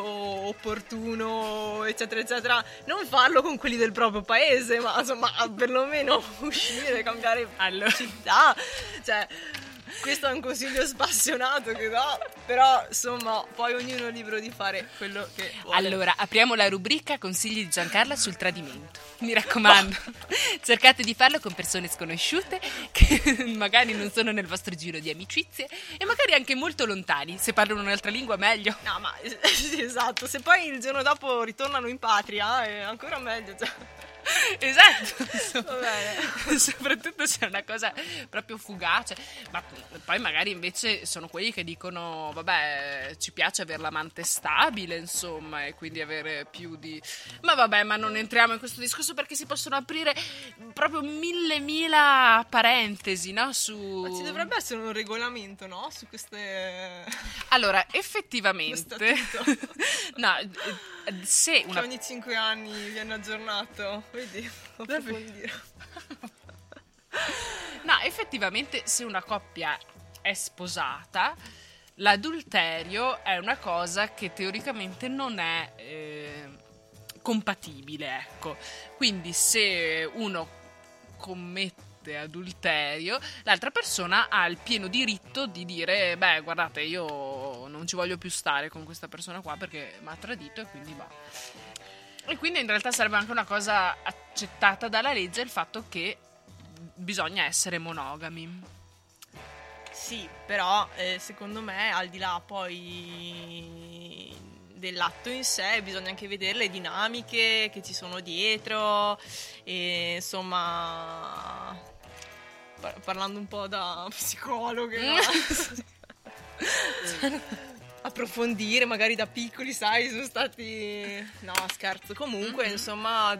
opportuno, eccetera, eccetera, non farlo con quelli del proprio paese, ma insomma, perlomeno uscire, cambiare
Allora.
città. Cioè, questo è un consiglio spassionato che do, però insomma, poi ognuno è libero di fare quello che vuole.
Allora, apriamo la rubrica consigli di Giancarla sul tradimento. Mi raccomando, cercate di farlo con persone sconosciute che magari non sono nel vostro giro di amicizie e magari anche molto lontani. Se parlano un'altra lingua meglio.
No, ma sì, esatto, se poi il giorno dopo ritornano in patria è ancora meglio, cioè.
Esatto, insomma.
Va bene.
Soprattutto se è una cosa proprio fugace, ma poi magari invece sono quelli che dicono vabbè, ci piace avere l'amante stabile, insomma, e quindi avere più di... Ma vabbè, ma non entriamo in questo discorso perché si possono aprire proprio mille mila parentesi, no? Su...
Ma ci dovrebbe essere un regolamento, no? Su queste...
Allora, effettivamente...
Statuto.
No, eh, se
Che
una...
ogni cinque anni viene aggiornato. Vedi, approfondire.
No, effettivamente se una coppia è sposata, l'adulterio è una cosa che teoricamente non è eh, compatibile, ecco. Quindi se uno commette adulterio, l'altra persona ha il pieno diritto di dire beh, guardate, io non ci voglio più stare con questa persona qua perché mi ha tradito e quindi va. E quindi in realtà sarebbe anche una cosa accettata dalla legge il fatto che bisogna essere monogami.
Sì, però eh, secondo me al di là poi dell'atto in sé bisogna anche vedere le dinamiche che ci sono dietro e insomma par- parlando un po' da psicologa, no? Approfondire magari da piccoli, sai, sono stati no scherzo, comunque
Mm-hmm.
insomma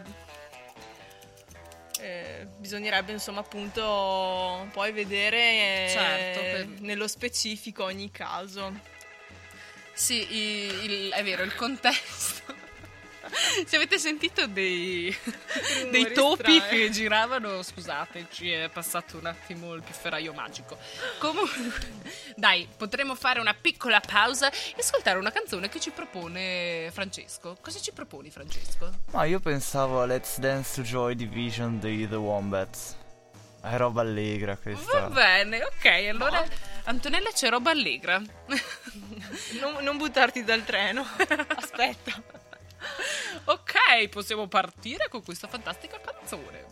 eh, bisognerebbe insomma appunto poi vedere eh,
Certo, per-
nello specifico ogni caso.
Sì, i- il- è vero, il contesto. Se avete sentito dei, dei
Rumori
topi
strani.
che giravano, scusateci, è passato un attimo il pifferaio magico. Comunque, dai, potremmo fare una piccola pausa e ascoltare una canzone che ci propone Francesco. Cosa ci proponi, Francesco?
Ma io pensavo a Let's Dance to Joy Division dei The Wombats. È roba allegra questa.
Va bene, ok, allora no. Antonella, c'è roba allegra.
non, non buttarti dal treno. Aspetta.
Ok, possiamo partire con questa fantastica canzone.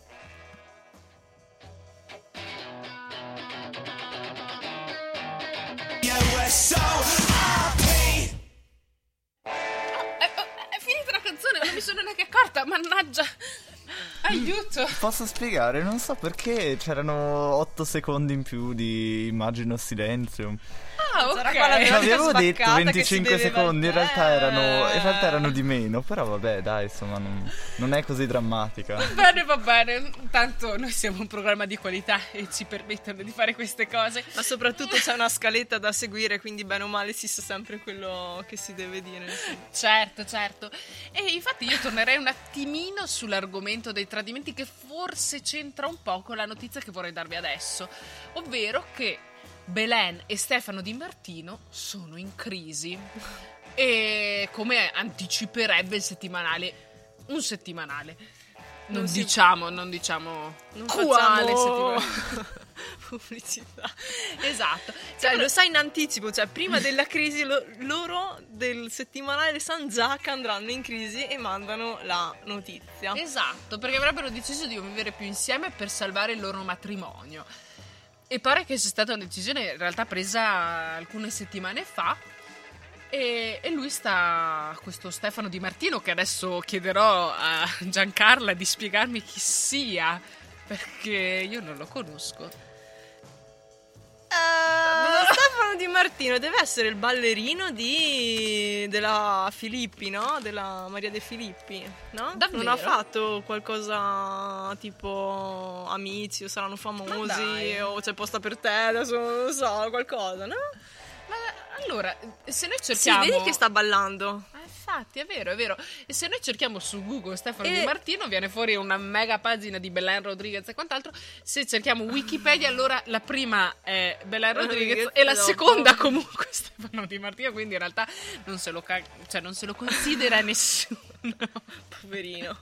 We're so happy.
Oh, è, è finita la canzone, non mi sono neanche accorta, mannaggia. Aiuto.
Posso spiegare? Non so perché c'erano otto secondi in più di immagino silenzio.
Ah, ok.
Cioè, avevo detto venticinque secondi, in realtà, erano, in realtà erano di meno. Però vabbè, dai, insomma, non, non è così drammatica.
Va bene, va bene. Tanto noi siamo un programma di qualità e ci permettono di fare queste cose.
Ma soprattutto c'è una scaletta da seguire, quindi bene o male si sa sempre quello che si deve dire.
Certo, certo. E infatti io tornerei un attimino sull'argomento dei tradimenti, che forse c'entra un po' con la notizia che vorrei darvi adesso, ovvero che Belen e Stefano Di Martino sono in crisi e, come anticiperebbe il settimanale, un settimanale non, non si... diciamo non diciamo
non
quale
facciamo...
settimanale
pubblicità,
esatto,
cioè lo sai in anticipo, cioè prima della crisi lo, loro del settimanale san già che andranno in crisi e mandano la notizia,
esatto, perché avrebbero deciso di vivere più insieme per salvare il loro matrimonio. E pare che sia stata una decisione in realtà presa alcune settimane fa. E, e lui sta, questo Stefano Di Martino, che adesso chiederò a Giancarla di spiegarmi chi sia, perché io non lo conosco.
Uh, Stefano Di Martino deve essere il ballerino di della Filippi, no? Della Maria De Filippi, no?
Davvero?
Non ha fatto qualcosa tipo Amici o Saranno Famosi o C'è posta per te, adesso non lo so, qualcosa, no?
Ma allora, se noi cerchiamo...
Sì, vedi che sta ballando.
Ah, infatti, è vero, è vero. E se noi cerchiamo su Google Stefano
E-
Di Martino, viene fuori una mega pagina di Belen Rodriguez e quant'altro. Se cerchiamo Wikipedia, allora la prima è Belen Rodriguez
Rodriguez
e la
dopo.
seconda comunque Stefano Di Martino, quindi in realtà non se lo, ca- cioè non se lo considera nessuno.
Poverino.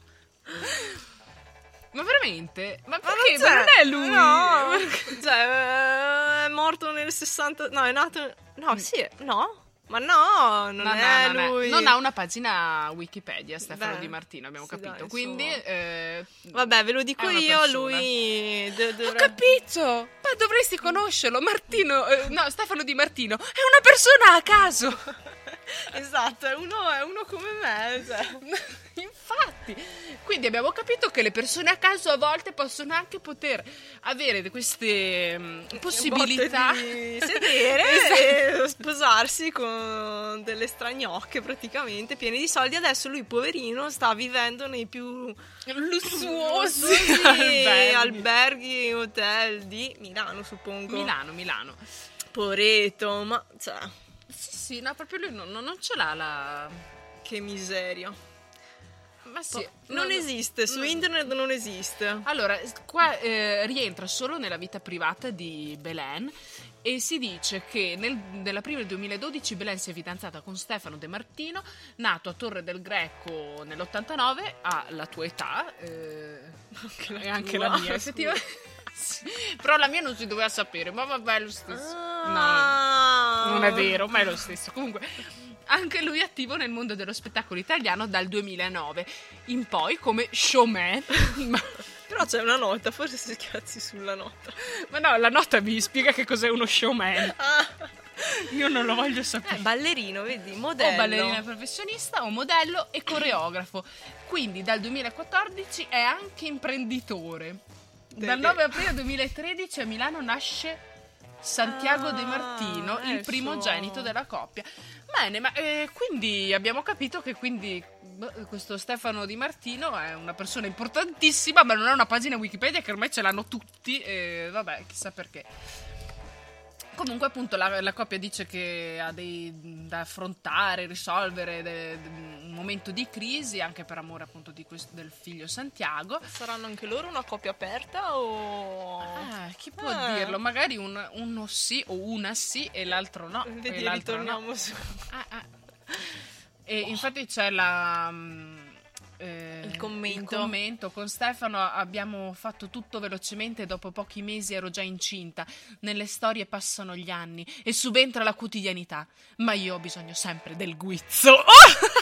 Ma veramente? Ma
Ma
perché?
non
Ma non
c'è-
è lui?
No, cioè, eh, è morto nel sessanta... No, è nato... No, sì, no. Ma no, non
No,
è
no, non,
lui.
è. Non ha una pagina Wikipedia Stefano
Beh,
Di Martino, abbiamo
sì,
capito.
dai,
Quindi
insomma.
eh,
Vabbè, ve lo dico
è una
io,
persona.
lui... de-
Ho
dovrebbe-
capito! Ma dovresti conoscerlo. Martino, eh, no, Stefano Di Martino è una persona a caso.
Esatto, è uno, è uno come me, cioè.
Infatti, quindi abbiamo capito che le persone a caso a volte possono anche poter avere queste mh, possibilità
Botte di sedere e sposarsi con delle stragnocche praticamente piene di soldi. Adesso lui, poverino, sta vivendo nei più
lussuosi
lussuosi
alberghi.
alberghi, hotel di Milano, suppongo.
Milano, Milano.
Poveretto, ma cioè,
Sì, sì, no, proprio lui non, non ce l'ha la...
che miseria.
Ma sì,
Non
no,
esiste, su
no.
internet non esiste.
Allora, qua eh, rientra solo nella vita privata di Belen e si dice che nel, nella prima del duemiladodici Belen si è fidanzata con Stefano De Martino, nato a Torre del Greco nell'ottantanove, ha la tua età, eh,
Anche la
e anche
tua,
la mia,
scusa.
effettivamente. Sì, però la mia non si doveva sapere, ma vabbè, è lo stesso.
Ah.
No, non è vero, ma è lo stesso. Comunque, anche lui è attivo nel mondo dello spettacolo italiano dal duemilanove in poi come showman. ma,
Però c'è una nota, forse si schiazzi sulla nota.
ma no, la nota mi spiega che cos'è uno showman.
Ah.
Io non lo voglio
Eh,
sapere.
ballerino, vedi, modello.
O ballerina professionista, o modello e coreografo. Quindi dal duemilaquattordici è anche imprenditore. Dal
Deve-
nove aprile duemilatredici a Milano nasce Santiago
Ah,
De Martino,
è
il
il
primogenito
suo-
della coppia. Bene, ma eh, quindi abbiamo capito che quindi boh, questo Stefano Di Martino è una persona importantissima, ma non ha una pagina Wikipedia che ormai ce l'hanno tutti e vabbè, chissà perché. Comunque appunto la, la coppia dice che ha dei da affrontare, risolvere de- de- un momento di crisi anche per amore appunto di questo, del figlio Santiago.
Saranno anche loro una coppia aperta o...
Ah, chi può
Eh.
dirlo? Magari un- uno sì o una sì e l'altro no. e
Vedi,
l'altro
ritorniamo
no.
su...
Ah, ah. E infatti c'è la mm, eh,
Il commento.
il commento. Con Stefano abbiamo fatto tutto velocemente, dopo pochi mesi ero già incinta. Nelle storie passano gli anni e subentra la quotidianità, ma io ho bisogno sempre del guizzo. Oh!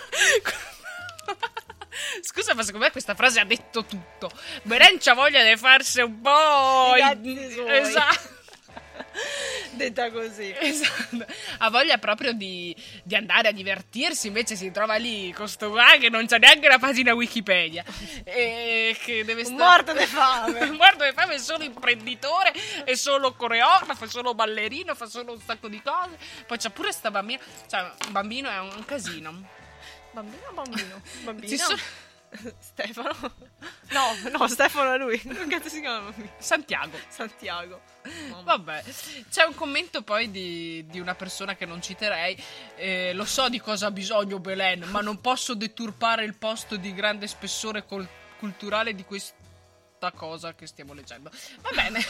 Scusa, ma secondo me questa frase ha detto tutto. Belen c'ha voglia di farsi un po'
I gatti suoi.
Esatto.
Detta così.
Esatto. Ha voglia proprio di, di andare a divertirsi, invece si trova lì con sto qua che non c'ha neanche la pagina Wikipedia e che deve
Un
stare
morto di fame.
un morto di fame, è solo imprenditore, è solo coreografo, è solo ballerino, fa solo un sacco di cose. Poi c'ha pure sta bambina, cioè un bambino è un, un casino.
Bambino o bambino? Bambino?
Ci sono-
Stefano? No, no, Stefano è lui. Come cazzo si chiama?
Santiago.
Santiago. Mamma.
Vabbè, c'è un commento poi di, di una persona che non citerei. Eh, lo so di cosa ha bisogno Belen, ma non posso deturpare il posto di grande spessore col- culturale di questa cosa che stiamo leggendo. Va bene.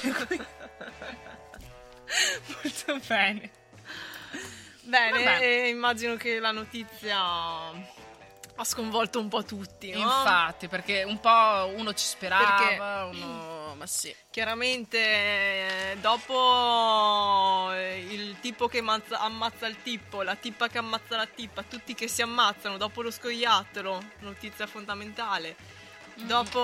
Molto bene.
Bene,
Vabbè.
e immagino che la notizia ha sconvolto un po' tutti, no?
Infatti, perché un po' uno ci sperava,
Perché-
uno... ma sì.
Chiaramente eh, dopo eh, il tipo che ammazza, ammazza il tipo, la tipa che ammazza la tipa, tutti che si ammazzano dopo lo scoiattolo, notizia fondamentale. Dopo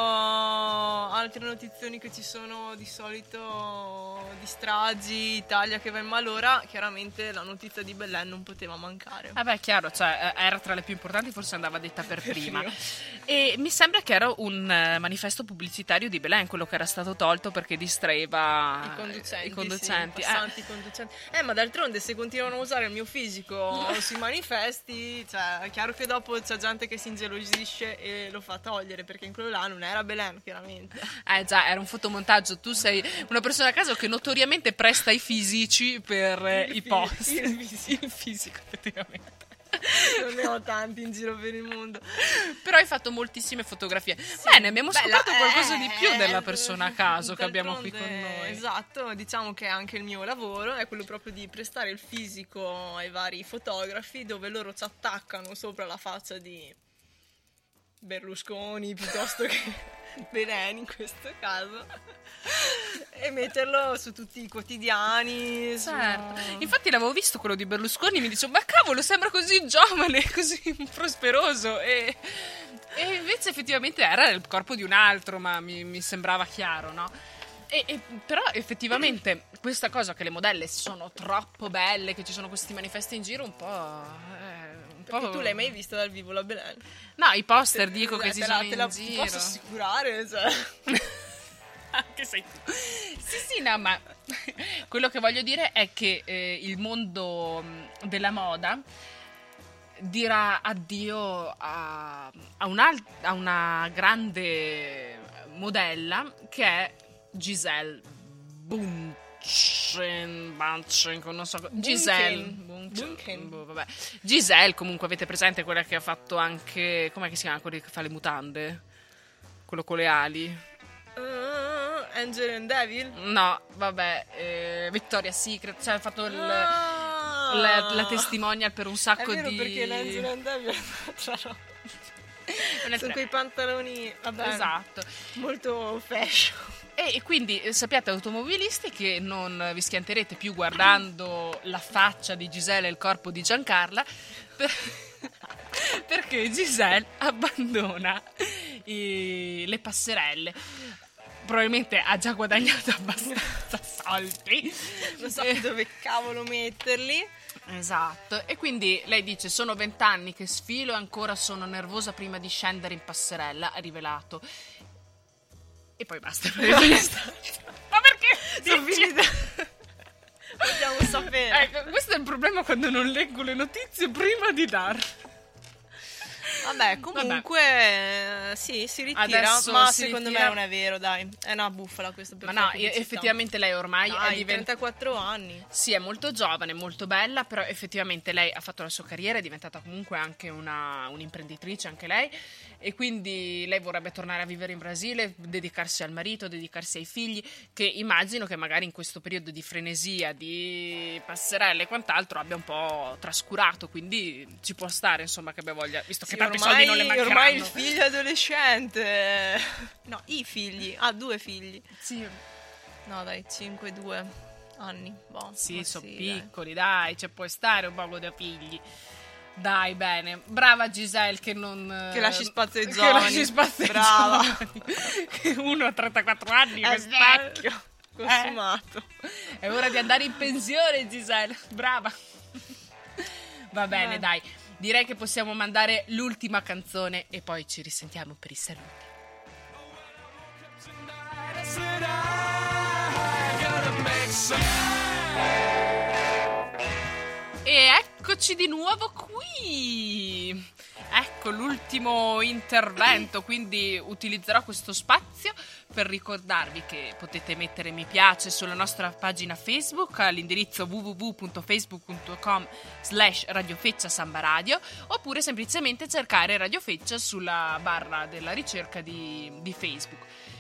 altre notizioni che ci sono di solito di stragi, Italia che va in malora, chiaramente la notizia di Belen non poteva mancare.
Vabbè, chiaro, cioè eh, era tra le più importanti, forse andava detta per prima. E mi sembra che era un eh, manifesto pubblicitario di Belen, quello che era stato tolto perché distraeva
I conducenti,
i conducenti.
sì,
Eh,
passanti, conducenti. Eh, ma d'altronde se continuano a usare il mio fisico sui manifesti, cioè è chiaro che dopo c'è gente che si ingelosisce e lo fa togliere, perché in quello là non era Belen, chiaramente.
eh già, era un fotomontaggio. Tu sei una persona a caso che notoriamente presta i fisici per eh,
Il
i
fi-
post.
il fisico.
Il fisico, effettivamente.
Non ne ho tanti in giro per il mondo.
Però hai fatto moltissime fotografie. Bene, abbiamo
Bella,
scoperto qualcosa di più
eh,
della persona a caso che abbiamo qui
d'altronde,
con noi.
Esatto, diciamo che anche il mio lavoro è quello proprio di prestare il fisico ai vari fotografi, dove loro ci attaccano sopra la faccia di Berlusconi piuttosto che Belen in questo caso e metterlo su tutti i quotidiani. su-
Certo. Infatti l'avevo visto quello di Berlusconi, mi dicevo, ma cavolo, sembra così giovane, così prosperoso. E, e invece effettivamente era il corpo di un altro, ma mi, mi sembrava chiaro, no? E, e- però effettivamente questa cosa che le modelle sono troppo belle, che ci sono questi manifesti in giro, un po'... eh, un
Perché
po'...
tu l'hai mai vista dal vivo la Belen?
No, i poster dico
Eh,
che ci
te la-
sono
te la-
in
ti
giro.
posso assicurare, cioè.
Anche sei tu. Sì, sì, no, ma quello che voglio dire è che eh, il mondo mh, della moda dirà addio a, a, un'al- a una grande modella che è Giselle Bunchen, Bunchen, non so, Giselle Bunchen,
Bunchen.
boh, vabbè. Giselle, comunque avete presente quella che ha fatto anche, com'è che si chiama quello che fa le mutande? Quello con le ali?
Uh, Angel and Devil?
No, vabbè, eh, Victoria's Secret, cioè ha fatto il,
Ah.
la, la testimonial per un sacco
È vero,
di...
perché l'Angel and Devil è un'altra roba.
Un'altra-
Sono quei pantaloni, vabbè,
Esatto.
molto fashion.
E, e quindi eh, sappiate automobilisti che non vi schianterete più guardando la faccia di Giselle e il corpo di Giancarla per- perché Giselle abbandona i- le passerelle. Probabilmente ha già guadagnato abbastanza soldi.
Non so
Eh,
dove cavolo metterli.
Esatto, e quindi lei dice: sono vent'anni che sfilo e ancora sono nervosa prima di scendere in passerella, ha rivelato. E poi basta. Ma perché?
Sono
dici?
finite. Vogliamo sapere.
Ecco, questo è il problema quando non leggo le notizie prima di darle.
Vabbè, comunque eh, sì, si ritira,
Adesso
ma
si
secondo
ritira.
me non è vero, dai. È una bufala questo per
Ma
fare
no,
pubblicità.
effettivamente lei ormai
Dai,
è diventata...
trentaquattro anni.
Sì, è molto giovane, molto bella, però effettivamente lei ha fatto la sua carriera, è diventata comunque anche una, un'imprenditrice, anche lei, e quindi lei vorrebbe tornare a vivere in Brasile, dedicarsi al marito, dedicarsi ai figli, che immagino che magari in questo periodo di frenesia, di passerelle e quant'altro abbia un po' trascurato, quindi ci può stare, insomma, che abbia voglia, visto che
Sì,
tanto tanto i soldi non le
ormai,
mancheranno.
ormai il figlio è adolescente. No, i figli. Ha ah, due figli.
Sì,
No, dai, cinque, due anni. Boh,
sì
ma
sono
dai.
piccoli, dai, cioè puoi stare un poco da figli. Dai, bene. Brava Giselle che non...
Che lasci spazio ai
che
giovani.
lasci spazio ai
Brava.
giovani. Che uno a trentaquattro anni
È
quest'anno.
vecchio. Consumato.
È ora di andare in pensione, Giselle. Brava. Va bene,
Beh.
dai. Direi che possiamo mandare l'ultima canzone e poi ci risentiamo per i saluti.
I said I gotta make some.
E eccoci di nuovo qui. Ecco l'ultimo intervento, quindi utilizzerò questo spazio per ricordarvi che potete mettere mi piace sulla nostra pagina Facebook all'indirizzo w w w punto facebook punto com slash radiofeccia samba radio, oppure semplicemente cercare Radio Feccia sulla barra della ricerca di, di Facebook.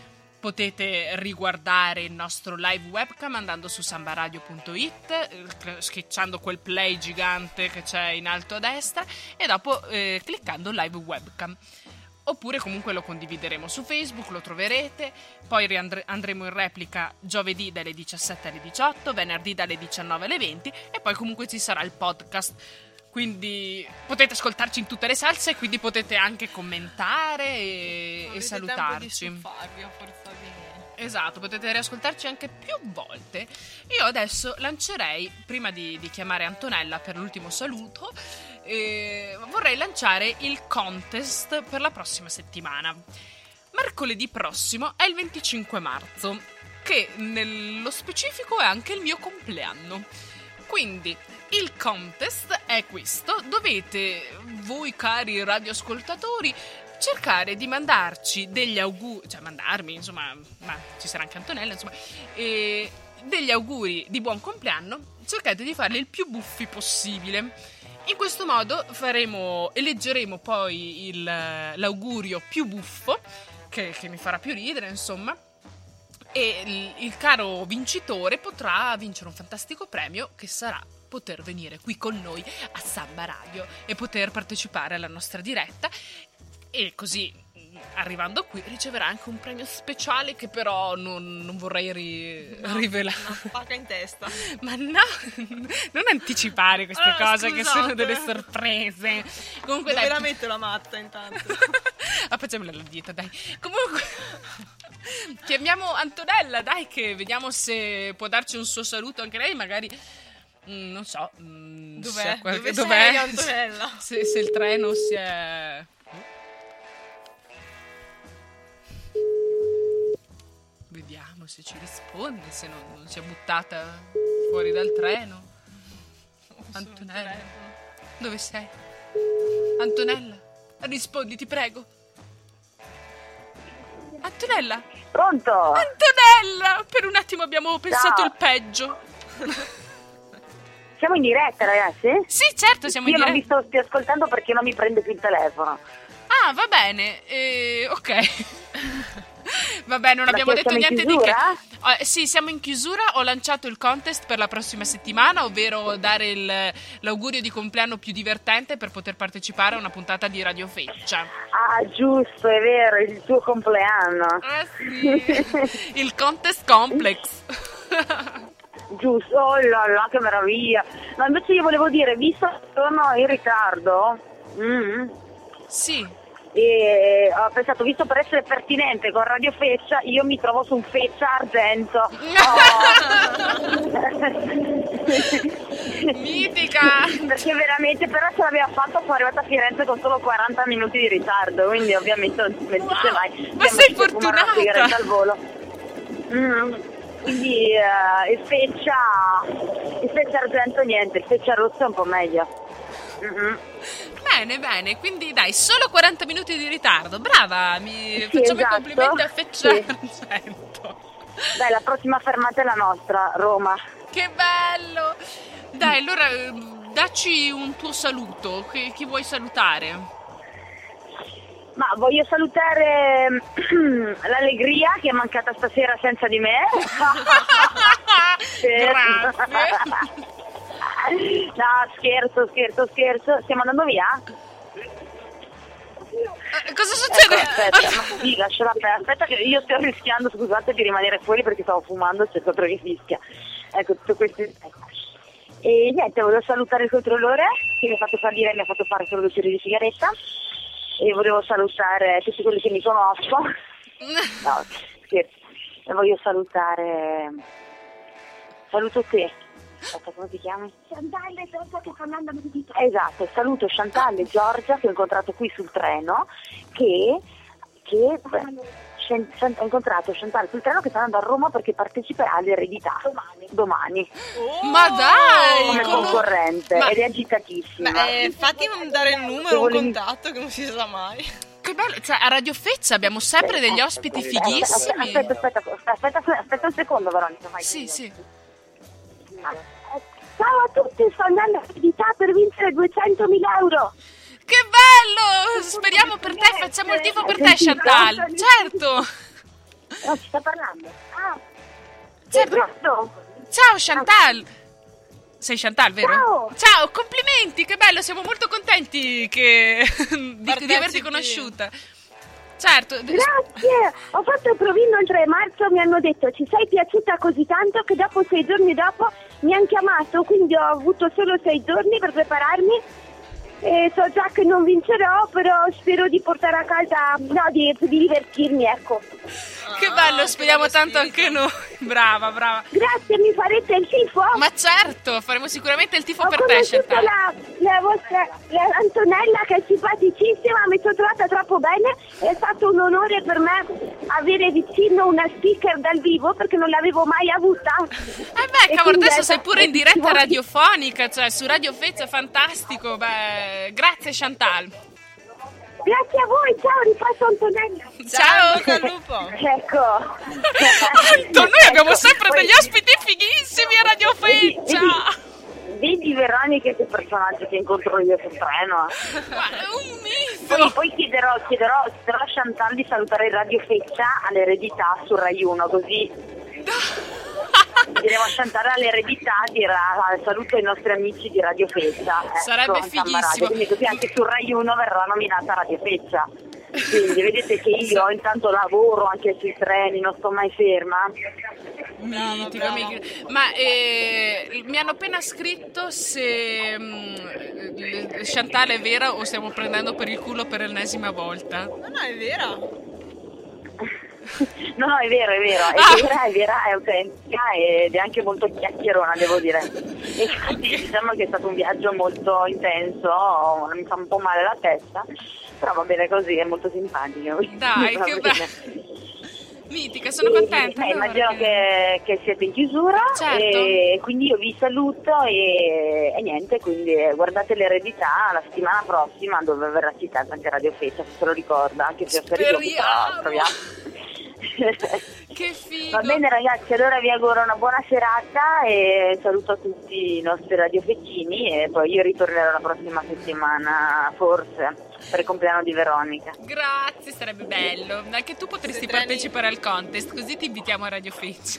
Potete riguardare il nostro live webcam andando su sambaradio punto it, eh, schiacciando quel play gigante che c'è in alto a destra e dopo eh, cliccando live webcam. Oppure comunque lo condivideremo su Facebook, lo troverete, poi riandre- andremo in replica giovedì dalle diciassette alle diciotto, venerdì dalle diciannove alle venti e poi comunque ci sarà il podcast. Quindi potete ascoltarci in tutte le salse e quindi potete anche commentare e, e salutarci.
Tempo di stuffarvi, a forza di...
Esatto, potete riascoltarci anche più volte. Io adesso lancerei, prima di, di chiamare Antonella per l'ultimo saluto, eh, vorrei lanciare il contest per la prossima settimana. Mercoledì prossimo è il venticinque marzo, che nello specifico è anche il mio compleanno. Quindi il contest è questo: dovete, voi cari radioascoltatori, cercare di mandarci degli auguri, cioè mandarmi, insomma, ma ci sarà anche Antonella, insomma, e degli auguri di buon compleanno. Cercate di farli il più buffi possibile. In questo modo faremo, eleggeremo poi il, l'augurio più buffo, che, che mi farà più ridere, insomma. E il, il caro vincitore potrà vincere un fantastico premio che sarà poter venire qui con noi a Samba Radio e poter partecipare alla nostra diretta, e così arrivando qui riceverà anche un premio speciale che però non, non vorrei ri-
No,
rivelare.
una pacca in testa.
Ma no, non anticipare queste
Ah,
cose che
scusate.
sono delle sorprese. Comunque
Dove
dai,
la metto la matta intanto?
ah, facciamola alla dieta, dai. Comunque chiamiamo Antonella, dai, che vediamo se può darci un suo saluto anche lei, magari mm, non so, mm, se
Dov'è?
ha qualche-
Dove
dov'è?
sei, Antonella?
Se, se il treno si è... Vediamo se ci risponde, se non, non si è buttata fuori dal treno. Antonella, dove sei? Antonella, rispondi, ti prego. Antonella,
Pronto?
Antonella, per un attimo abbiamo pensato
Ciao.
il peggio.
Siamo in diretta, ragazzi?
Sì, certo, siamo
Io
in
non vi
diretta.
sto più ascoltando perché non mi prende più il telefono.
Ah, va bene, eh, ok. Vabbè, non
Ma
abbiamo
che
detto
siamo in
niente di che.
chiusura?
Oh, sì, siamo in chiusura. Ho lanciato il contest per la prossima settimana, ovvero dare il- l'augurio di compleanno più divertente per poter partecipare a una puntata di Radio Feccia.
Ah, giusto, è vero, è il tuo compleanno.
Ah sì, il contest complex.
Giusto, oh là là, che meraviglia. No, invece io volevo dire, visto che sono in ritardo, mm,
Sì.
e ho pensato, visto per essere pertinente con Radio Feccia, io mi trovo su un Feccia Argento. Oh.
Mitica.
Perché veramente, però ce l'aveva fatto, sono arrivata a Firenze con solo quaranta minuti di ritardo, quindi ovviamente non si dice mai.
Ma
Siamo
sei
usciti a fumare una
fortunata.
sigaretta al volo. Mm. Quindi eh, il Feccia, il Feccia Argento niente, il Feccia Rosso è un po' meglio. Mm-mm.
Bene, bene, quindi dai, solo quaranta minuti di ritardo. Brava, mi
Sì,
facciamo
esatto.
i complimenti a Feccia
Sì.
Argento.
Dai, la prossima fermata è la nostra, Roma.
Che bello! Dai, allora eh, dacci un tuo saluto. Chi, chi vuoi salutare?
Ma voglio salutare l'allegria che è mancata stasera senza di me.
Grazie.
No, scherzo, scherzo, scherzo. Stiamo andando via?
Eh, cosa succede?
Ecco, aspetta, ma sì, lasciala perdere. Aspetta che io sto rischiando, scusate, di rimanere fuori perché stavo fumando, c'è il controllo che fischia. Ecco, tutto questo. E niente, volevo salutare il controllore che mi ha fatto salire, mi ha fatto fare solo due serie di sigaretta. E volevo salutare tutti quelli che mi conoscono. No, scherzo. E voglio salutare. Saluto te. Aspetta, come ti chiami?
Chantal e Giorgia che stanno andando di dito.
Esatto, saluto Chantal e Giorgia che ho incontrato qui sul treno, che, che Chan- Chan- ho incontrato Chantal sul treno che sta andando a Roma perché parteciperà all'eredità domani, domani
Oh!
Ma dai!
come
con-
concorrente
Ma-
ed è agitatissima.
Beh, fatti dare il numero, un contatto che non si sa mai.
Che bello, cioè a Radio Feccia abbiamo sempre degli ospiti fighissimi.
Aspetta, aspetta, aspetta, aspetta, aspetta un secondo, Veronica. Vai.
Sì, sì.
Ciao a tutti, sto andando all'eredità per vincere duecentomila euro.
Che bello! Speriamo per te, facciamo il tifo per te, Chantal. Certo.
No, ci sta parlando.
Ah,
Certo.
pronto?
Ciao Chantal. Sei Chantal, vero?
Ciao.
Ciao, complimenti, che bello, siamo molto contenti che... di, di averti
Partecipi.
conosciuta. Certo.
Grazie, ho fatto il provino il tre marzo, mi hanno detto ci sei piaciuta così tanto che dopo sei giorni dopo mi hanno chiamato, quindi ho avuto solo sei giorni per prepararmi e so già che non vincerò, però spero di portare a casa, no, di, di divertirmi, ecco.
Che bello,
Ah,
speriamo
che bello
tanto anche
spirito.
noi. Brava, brava.
Grazie, mi farete il tifo?
Ma certo, faremo sicuramente il tifo
Ho
per te,
conosciuto
Chantal.
la, la vostra la Antonella che è simpaticissima, mi sono trovata troppo bene, è stato un onore per me avere vicino una speaker dal vivo perché non l'avevo mai avuta.
Eh beh,
E
cavolo,
quindi
adesso
è
sei pure in
stato
diretta
bellissimo.
radiofonica, cioè su Radio Feccia, fantastico. Beh, grazie Chantal.
Grazie a voi, ciao, ripasso Antonella.
Ciao.
Bocca al lupo.
Ecco.
Anto, noi abbiamo
Ecco,
sempre
poi-
degli ospiti fighissimi a Radio
Vedi,
Feccia.
vedi, vedi Veronica che personaggio che incontro io sul treno.
Ma è un
Poi,
mito.
poi chiederò, chiederò, chiederò a Chantal di salutare Radio Feccia all'eredità su Rai uno, così chiederemo a Chantal all'eredità, dirà saluto ai nostri amici di Radio Feccia. Ecco,
Sarebbe
in Samba
fighissimo.
Radio, quindi così anche su Rai uno verrà nominata Radio Feccia. Quindi vedete che io intanto lavoro anche sui treni, non sto mai ferma.
Mitica, mitica. Ma eh, mi hanno appena scritto se mm, Chantal è vera o stiamo prendendo per il culo per l'ennesima volta.
No, no, è vera.
No, no, è vero, è vero, è
Ah.
vera, è vera, è autentica ed è anche molto chiacchierona, devo dire. E infatti diciamo che è stato un viaggio molto intenso, mi fa un po' male la testa, però va bene così, è molto simpatica.
Dai,
Va
che
bene.
bello. Mitica, sono
E,
contenta.
eh,
allora,
immagino che, che siete in chiusura
Certo.
e quindi io vi saluto e, e niente, quindi eh, guardate l'eredità la settimana prossima dove verrà citata anche Radio Feccia, se se lo ricorda, anche se
Speriamo.
proviamo.
Che figo.
Va bene ragazzi, allora vi auguro una buona serata e saluto tutti i nostri radiofeccini e poi io ritornerò la prossima settimana forse per il compleanno di Veronica.
Grazie, sarebbe bello. Anche tu potresti
Se treni-
partecipare al contest, così ti invitiamo a Radio Feccia.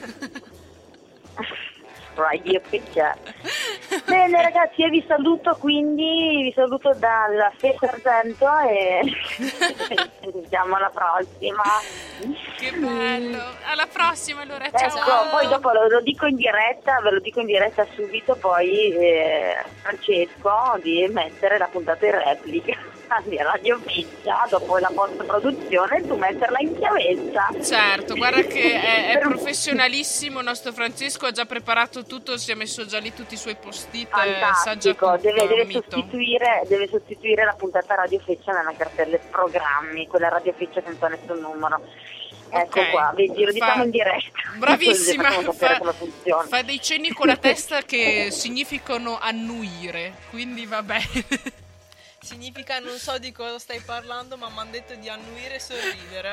Radio Feccia. Bene ragazzi, io vi saluto quindi, vi saluto dalla Feccia Argento e ci vediamo alla prossima.
Che bello. Alla prossima allora,
Ecco,
ciao.
poi dopo lo, lo dico in diretta, ve lo dico in diretta subito, poi eh, Francesco di mettere la puntata in replica di Radio Feccia, dopo la post-produzione tu metterla in chiavetta.
Certo, guarda che è, è professionalissimo, il nostro Francesco ha già preparato tutto, si è messo già lì tutti i suoi post-it, eh, sa già
Fantastico,
tutto,
deve,
è un
deve
mito.
sostituire, deve sostituire la puntata Radio Feccia nella cartella programmi, quella Radio Feccia senza nessun numero. Ecco
Ok,
qua, vedi, lo diciamo
fa-
in diretta.
Bravissima,
Così facciamo sapere
fa,
come funziona.
fa dei cenni con la testa che significano annuire, quindi va bene.
Significa non so di cosa stai parlando, ma mi hanno detto di annuire e sorridere.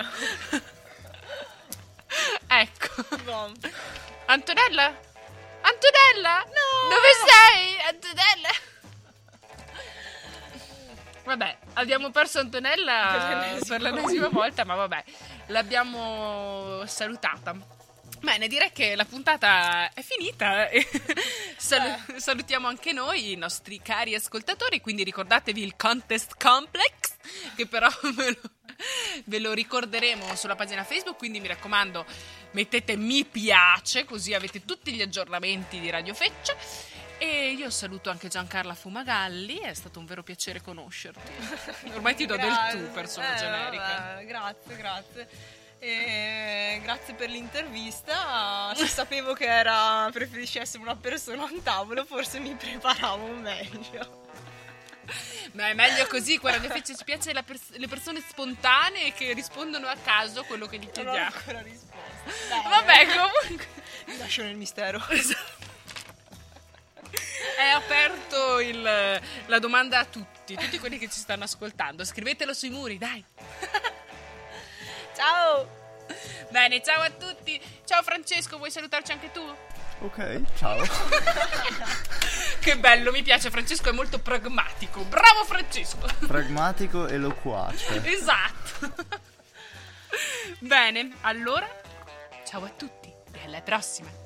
Ecco.
Boh.
Antonella? Antonella? No! Dove sei? Antonella? Vabbè, abbiamo perso Antonella
Per l'ennesima
per l'ennesima volta, ma vabbè, l'abbiamo salutata. Bene, direi che la puntata è finita e sal- salutiamo anche noi, i nostri cari ascoltatori, quindi ricordatevi il Contest Complex, che però ve lo, ve lo ricorderemo sulla pagina Facebook, quindi mi raccomando mettete mi piace, così avete tutti gli aggiornamenti di Radio Feccia. E io saluto anche Giancarla Fumagalli, è stato un vero piacere conoscerti. Ormai ti do
Grazie.
del tu, persona
Eh,
generica.
vabbè, grazie, grazie. E grazie per l'intervista. Se sapevo che era preferisci essere una persona a un tavolo, forse mi preparavo meglio.
Ma è meglio così, qua a Radio Feccia ci piace la pers- le persone spontanee che rispondono a caso a quello che gli
Non ho
chiediamo.
ancora risposto. Dai,
Vabbè, comunque
mi lascio nel mistero.
è aperto il, la domanda a tutti, tutti quelli che ci stanno ascoltando. Scrivetelo sui muri, dai.
Ciao.
Bene, ciao a tutti. Ciao Francesco, vuoi salutarci anche tu?
Ok, ciao.
Che bello, mi piace, Francesco è molto pragmatico. Bravo Francesco.
Pragmatico e loquace.
Esatto. Bene, allora, ciao a tutti e alla prossima.